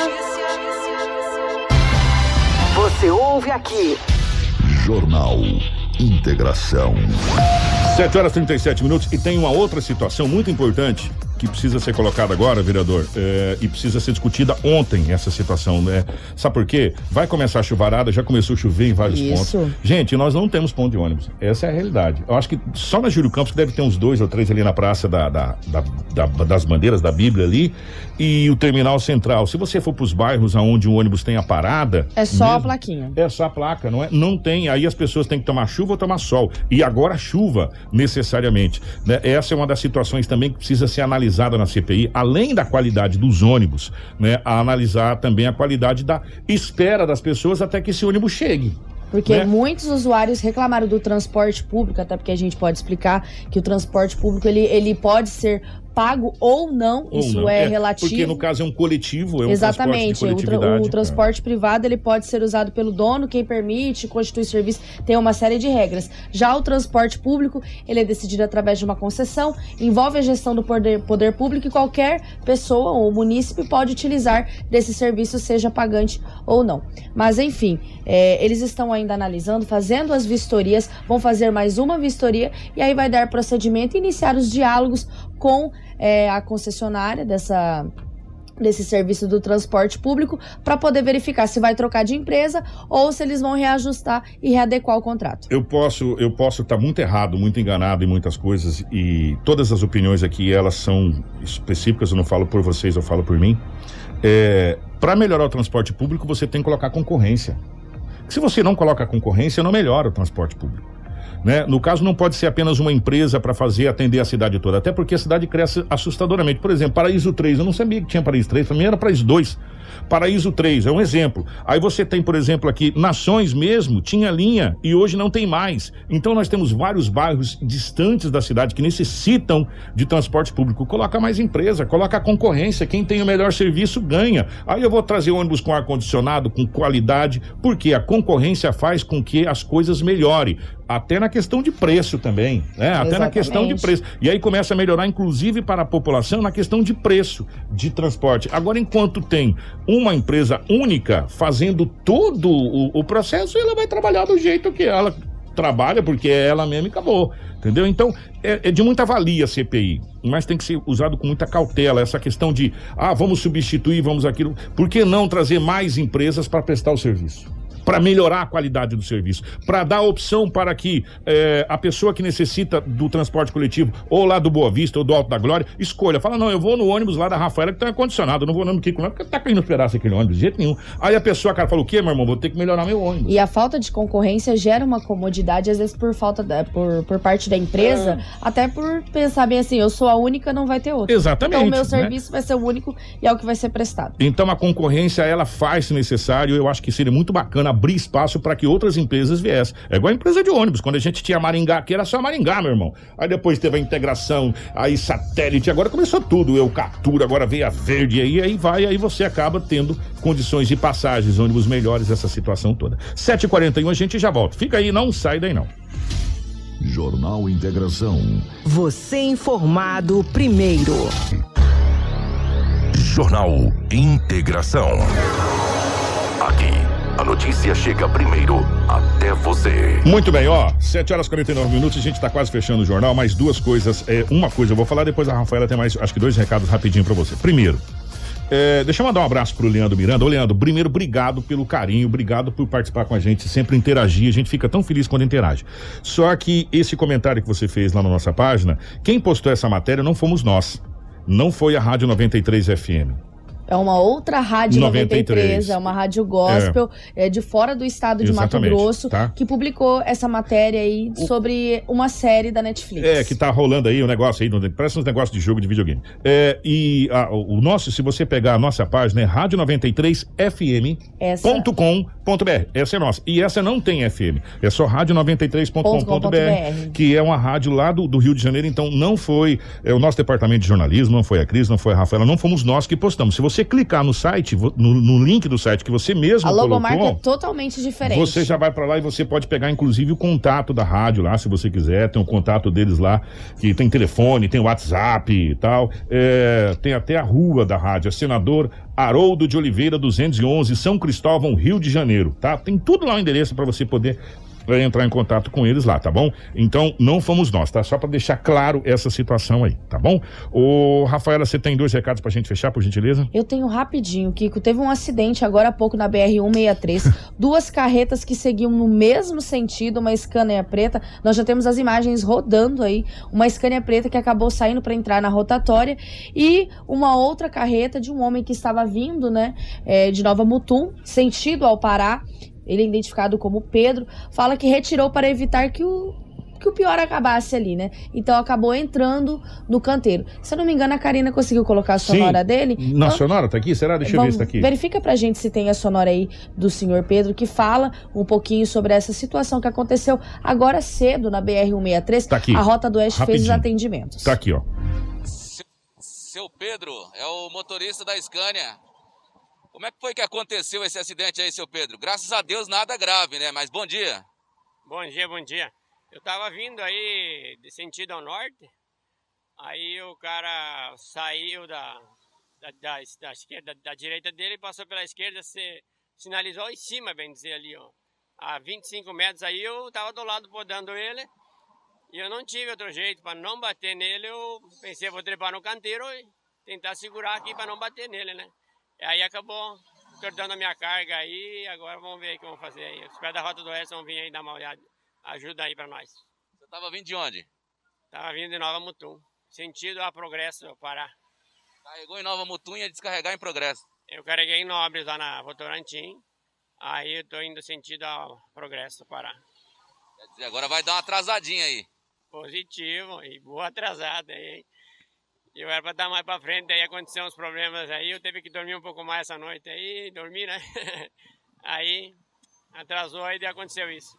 Você ouve aqui. Jornal Integração. 7h37 e tem uma outra situação muito importante que precisa ser colocada agora, vereador, e precisa ser discutida ontem, essa situação, né? Sabe por quê? Vai começar a chuvarada, já começou a chover em vários pontos. Gente, nós não temos ponto de ônibus. Essa é a realidade. Eu acho que só na Júlio Campos que deve ter uns 2 ou 3 ali na praça das bandeiras da Bíblia ali, e o terminal central. Se você for pros bairros onde o ônibus tem a parada... É só mesmo, a plaquinha. É só a placa, não é? Não tem, aí as pessoas têm que tomar chuva ou tomar sol. E agora chuva, necessariamente, né? Essa é uma das situações também que precisa ser analisada na CPI, além da qualidade dos ônibus, né? A analisar também a qualidade da espera das pessoas até que esse ônibus chegue. Porque, né, muitos usuários reclamaram do transporte público, até porque a gente pode explicar que o transporte público ele pode ser pago ou não, isso é relativo. Porque no caso é um coletivo, é um Exatamente, transporte de coletividade. o transporte privado ele pode ser usado pelo dono, quem permite, constitui serviço, tem uma série de regras. Já o transporte público, ele é decidido através de uma concessão, envolve a gestão do poder público e qualquer pessoa ou munícipe pode utilizar desse serviço, seja pagante ou não. Mas enfim, eles estão ainda analisando, fazendo as vistorias, vão fazer mais uma vistoria e aí vai dar procedimento e iniciar os diálogos com a concessionária desse serviço do transporte público para poder verificar se vai trocar de empresa ou se eles vão reajustar e readequar o contrato. Eu posso estar muito errado, muito enganado em muitas coisas e todas as opiniões aqui, elas são específicas, eu não falo por vocês, eu falo por mim. Para melhorar o transporte público, você tem que colocar concorrência. Se você não coloca concorrência, não melhora o transporte público. Né? No caso, não pode ser apenas uma empresa para atender a cidade toda, até porque a cidade cresce assustadoramente. Por exemplo, Paraíso 3, eu não sabia que tinha Paraíso 3, para mim era Paraíso 2. Paraíso 3 é um exemplo. Aí você tem, por exemplo, aqui Nações mesmo, tinha linha e hoje não tem mais. Então nós temos vários bairros distantes da cidade que necessitam de transporte público. Coloca mais empresa, coloca a concorrência, quem tem o melhor serviço ganha. Aí eu vou trazer ônibus com ar-condicionado, com qualidade, porque a concorrência faz com que as coisas melhorem. Até na questão de preço também, né? Até na questão de preço. E aí começa a melhorar, inclusive para a população, na questão de preço de transporte. Agora, enquanto tem uma empresa única fazendo todo o processo, ela vai trabalhar do jeito que ela trabalha, porque é ela mesma e acabou. Entendeu? Então, é de muita valia a CPI, mas tem que ser usado com muita cautela. Essa questão de, vamos substituir, vamos aquilo. Por que não trazer mais empresas para prestar o serviço? Para melhorar a qualidade do serviço, para dar opção para que a pessoa que necessita do transporte coletivo, ou lá do Boa Vista, ou do Alto da Glória, escolha, fala, não, eu vou no ônibus lá da Rafaela que tem ar-condicionado, eu não vou no Kiko não, porque tá caindo pedaço aquele ônibus, de jeito nenhum. Aí a pessoa, cara, fala, o quê, meu irmão, vou ter que melhorar meu ônibus. E a falta de concorrência gera uma comodidade, às vezes por por parte da empresa, até por pensar bem assim, eu sou a única, não vai ter outra. Exatamente. Então o meu serviço vai ser o único e é o que vai ser prestado. Então a concorrência, ela faz se necessário, eu acho que seria muito bacana abrir espaço para que outras empresas viessem. É igual a empresa de ônibus, quando a gente tinha Maringá aqui, era só Maringá, meu irmão. Aí depois teve a integração, aí satélite, agora começou tudo, Eucatura, agora veio a Verde, aí você acaba tendo condições de passagens, ônibus melhores, essa situação toda. 7h41, a gente já volta. Fica aí, não sai daí não. Jornal Integração. Você informado primeiro. Jornal Integração. Aqui, a notícia chega primeiro até você. Muito bem, 7h49, a gente tá quase fechando o jornal, mais duas coisas. Uma coisa eu vou falar, depois a Rafaela tem mais, acho que 2 recados rapidinho pra você. Primeiro, deixa eu mandar um abraço pro Leandro Miranda. Ô Leandro, primeiro, obrigado pelo carinho, obrigado por participar com a gente, sempre interagir, a gente fica tão feliz quando interage. Só que esse comentário que você fez lá na nossa página, quem postou essa matéria não fomos nós, não foi a Rádio 93 FM. É uma outra rádio 93, é uma rádio gospel, de fora do estado de Mato Grosso, que publicou essa matéria aí sobre uma série da Netflix. Que tá rolando aí o negócio aí, parece uns negócios de jogo de videogame. O nosso, se você pegar a nossa página, é rádio93fm.com.br. Essa é nossa. E essa não tem FM, é só rádio93.com.br, que é uma rádio lá do Rio de Janeiro, então não foi o nosso departamento de jornalismo, não foi a Cris, não foi a Rafaela, não fomos nós que postamos. Se você clicar no site, no link do site que você mesmo colocou, a logomarca é totalmente diferente. Você já vai pra lá e você pode pegar inclusive o contato da rádio lá, se você quiser, tem o contato deles lá, que tem telefone, tem WhatsApp e tal, tem até a rua da rádio, é Senador Haroldo de Oliveira 211, São Cristóvão, Rio de Janeiro, tá? Tem tudo lá o endereço para você poder entrar em contato com eles lá, tá bom? Então, não fomos nós, tá? Só pra deixar claro essa situação aí, tá bom? Ô, Rafaela, você tem 2 recados pra gente fechar, por gentileza? Eu tenho rapidinho, Kiko. Teve um acidente agora há pouco na BR-163, 2 carretas que seguiam no mesmo sentido, uma Scania preta. Nós já temos as imagens rodando aí, uma Scania preta que acabou saindo pra entrar na rotatória e uma outra carreta de um homem que estava vindo, né, de Nova Mutum, sentido ao Pará. Ele é identificado como Pedro, fala que retirou para evitar que o pior acabasse ali, né? Então acabou entrando no canteiro. Se eu não me engano, a Karina conseguiu colocar a sonora dele. Na então, sonora tá aqui? Será? Deixa eu ver se tá aqui. Verifica pra gente se tem a sonora aí do senhor Pedro, que fala um pouquinho sobre essa situação que aconteceu agora cedo na BR-163. Tá aqui. A Rota do Oeste fez os atendimentos. Tá aqui, Seu Pedro, é o motorista da Scania. Como é que foi que aconteceu esse acidente aí, seu Pedro? Graças a Deus nada grave, né? Mas bom dia. Bom dia. Eu tava vindo aí de sentido ao norte, aí o cara saiu da esquerda, da direita dele, passou pela esquerda, sinalizou em cima, bem dizer ali, ó. A 25 metros aí eu tava do lado podando ele, e eu não tive outro jeito, para não bater nele, eu pensei, vou trepar no canteiro e tentar segurar aqui para não bater nele, né? E aí acabou tornando a minha carga aí, agora vamos ver o que vamos fazer aí. Os pés da Rota do Oeste vão vir aí dar uma olhada, ajuda aí para nós. Você tava vindo de onde? Tava vindo de Nova Mutum, sentido a Progresso, Pará. Carregou em Nova Mutum e ia descarregar em Progresso? Eu carreguei em Nobres, lá na Votorantim, aí eu tô indo sentido a Progresso, Pará. Quer dizer, agora vai dar uma atrasadinha aí. Positivo, e boa atrasada aí. Eu era para dar mais para frente, aí aconteceram uns problemas aí, eu tive que dormir um pouco mais essa noite aí, dormi, né? Aí atrasou e aconteceu isso.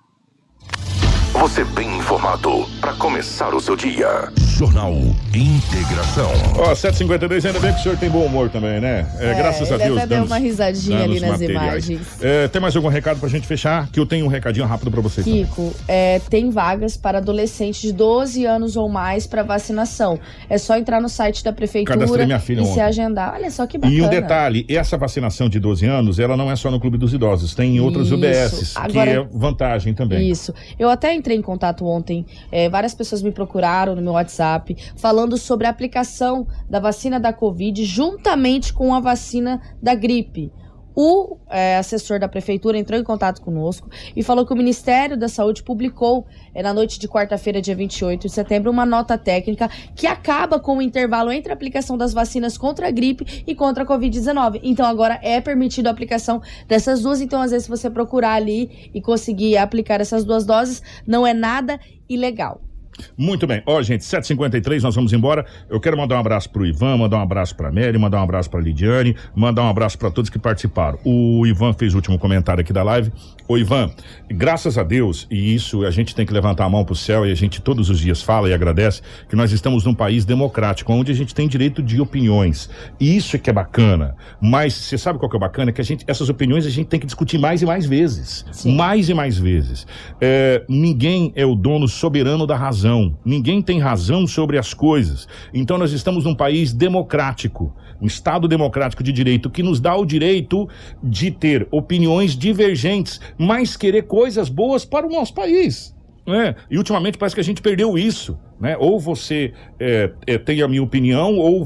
Você bem informado para começar o seu dia. Jornal Integração. 7h52, ainda bem que o senhor tem bom humor também, né? Graças a Deus. Ele até deu uma risadinha ali nas materiais. imagens. Tem mais algum recado pra gente fechar? Que eu tenho um recadinho rápido pra vocês. Kiko, tem vagas para adolescentes de 12 anos ou mais para vacinação. É só entrar no site da prefeitura e se agendar. Olha só que bacana. E um detalhe, essa vacinação de 12 anos, ela não é só no Clube dos Idosos, tem em outras UBSs, agora, que é vantagem também. Isso. Eu até entrei em contato ontem, várias pessoas me procuraram no meu WhatsApp, falando sobre a aplicação da vacina da Covid juntamente com a vacina da gripe. O assessor da prefeitura entrou em contato conosco e falou que o Ministério da Saúde publicou na noite de quarta-feira, dia 28 de setembro, uma nota técnica que acaba com o intervalo entre a aplicação das vacinas contra a gripe e contra a Covid-19. Então agora é permitido a aplicação dessas duas, então às vezes se você procurar ali e conseguir aplicar essas duas doses, não é nada ilegal. Muito bem. Gente, 7h53, nós vamos embora. Eu quero mandar um abraço pro Ivan, mandar um abraço pra Mary, mandar um abraço pra Lidiane, mandar um abraço pra todos que participaram. O Ivan fez o último comentário aqui da live. Ô Ivan, graças a Deus, e isso a gente tem que levantar a mão pro céu e a gente todos os dias fala e agradece, que nós estamos num país democrático, onde a gente tem direito de opiniões. E isso é que é bacana. Mas você sabe qual que é bacana? Que essas opiniões a gente tem que discutir mais e mais vezes. Sim. Mais e mais vezes. Ninguém é o dono soberano da razão. Ninguém tem razão sobre as coisas. Então nós estamos num país democrático, um Estado democrático de direito, que nos dá o direito de ter opiniões divergentes, mas querer coisas boas para o nosso país. E ultimamente parece que a gente perdeu isso, né? Ou você tem a minha opinião, ou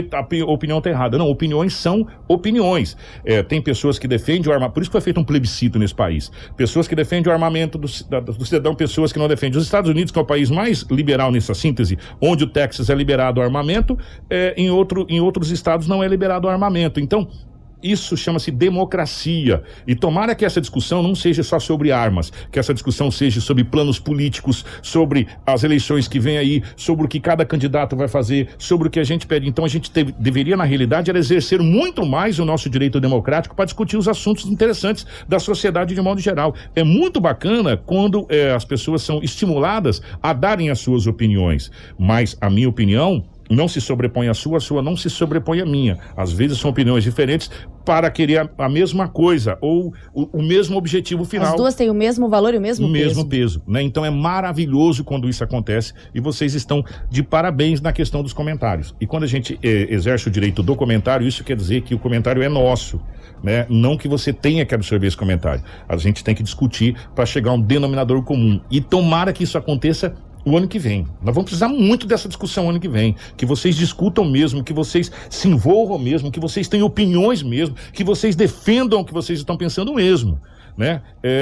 a opinião está errada. Não, opiniões são opiniões. Tem pessoas que defendem o armamento, por isso que foi feito um plebiscito nesse país. Pessoas que defendem o armamento do cidadão, pessoas que não defendem. Os Estados Unidos, que é o país mais liberal nessa síntese, onde o Texas é liberado o armamento, em outros estados não é liberado o armamento. Então, isso chama-se democracia. E tomara que essa discussão não seja só sobre armas, que essa discussão seja sobre planos políticos, sobre as eleições que vem aí, sobre o que cada candidato vai fazer, sobre o que a gente pede. Então a gente deveria, na realidade, era exercer muito mais o nosso direito democrático para discutir os assuntos interessantes da sociedade de modo geral. É muito bacana quando as pessoas são estimuladas a darem as suas opiniões, mas a minha opinião não se sobrepõe à sua não se sobrepõe à minha. Às vezes são opiniões diferentes para querer a mesma coisa ou o mesmo objetivo final. As duas têm o mesmo valor e o mesmo peso, né? Então é maravilhoso quando isso acontece e vocês estão de parabéns na questão dos comentários. E quando a gente exerce o direito do comentário, isso quer dizer que o comentário é nosso, né? Não que você tenha que absorver esse comentário. A gente tem que discutir para chegar a um denominador comum. E tomara que isso aconteça o ano que vem. Nós vamos precisar muito dessa discussão ano que vem, que vocês discutam mesmo, que vocês se envolvam mesmo, que vocês tenham opiniões mesmo, que vocês defendam o que vocês estão pensando mesmo, né?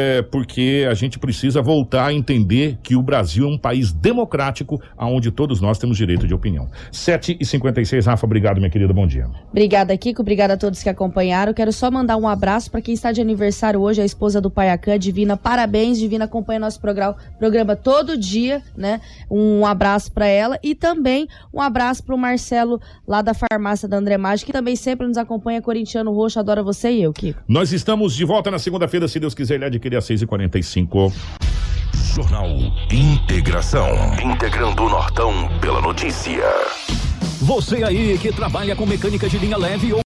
Porque a gente precisa voltar a entender que o Brasil é um país democrático, onde todos nós temos direito de opinião. 7h56, Rafa, obrigado, minha querida, bom dia. Obrigada, Kiko, obrigada a todos que acompanharam. Quero só mandar um abraço para quem está de aniversário hoje, a esposa do Paiacã, Divina, parabéns, Divina acompanha nosso programa todo dia, né? Um abraço para ela e também um abraço para o Marcelo, lá da farmácia da André Maggi, que também sempre nos acompanha, corintiano roxo, adora você e eu, Kiko. Nós estamos de volta na segunda-feira, se Deus quiser, ele adquirir às 6h45. Jornal Integração. Integrando o Nortão pela notícia. Você aí que trabalha com mecânica de linha leve ou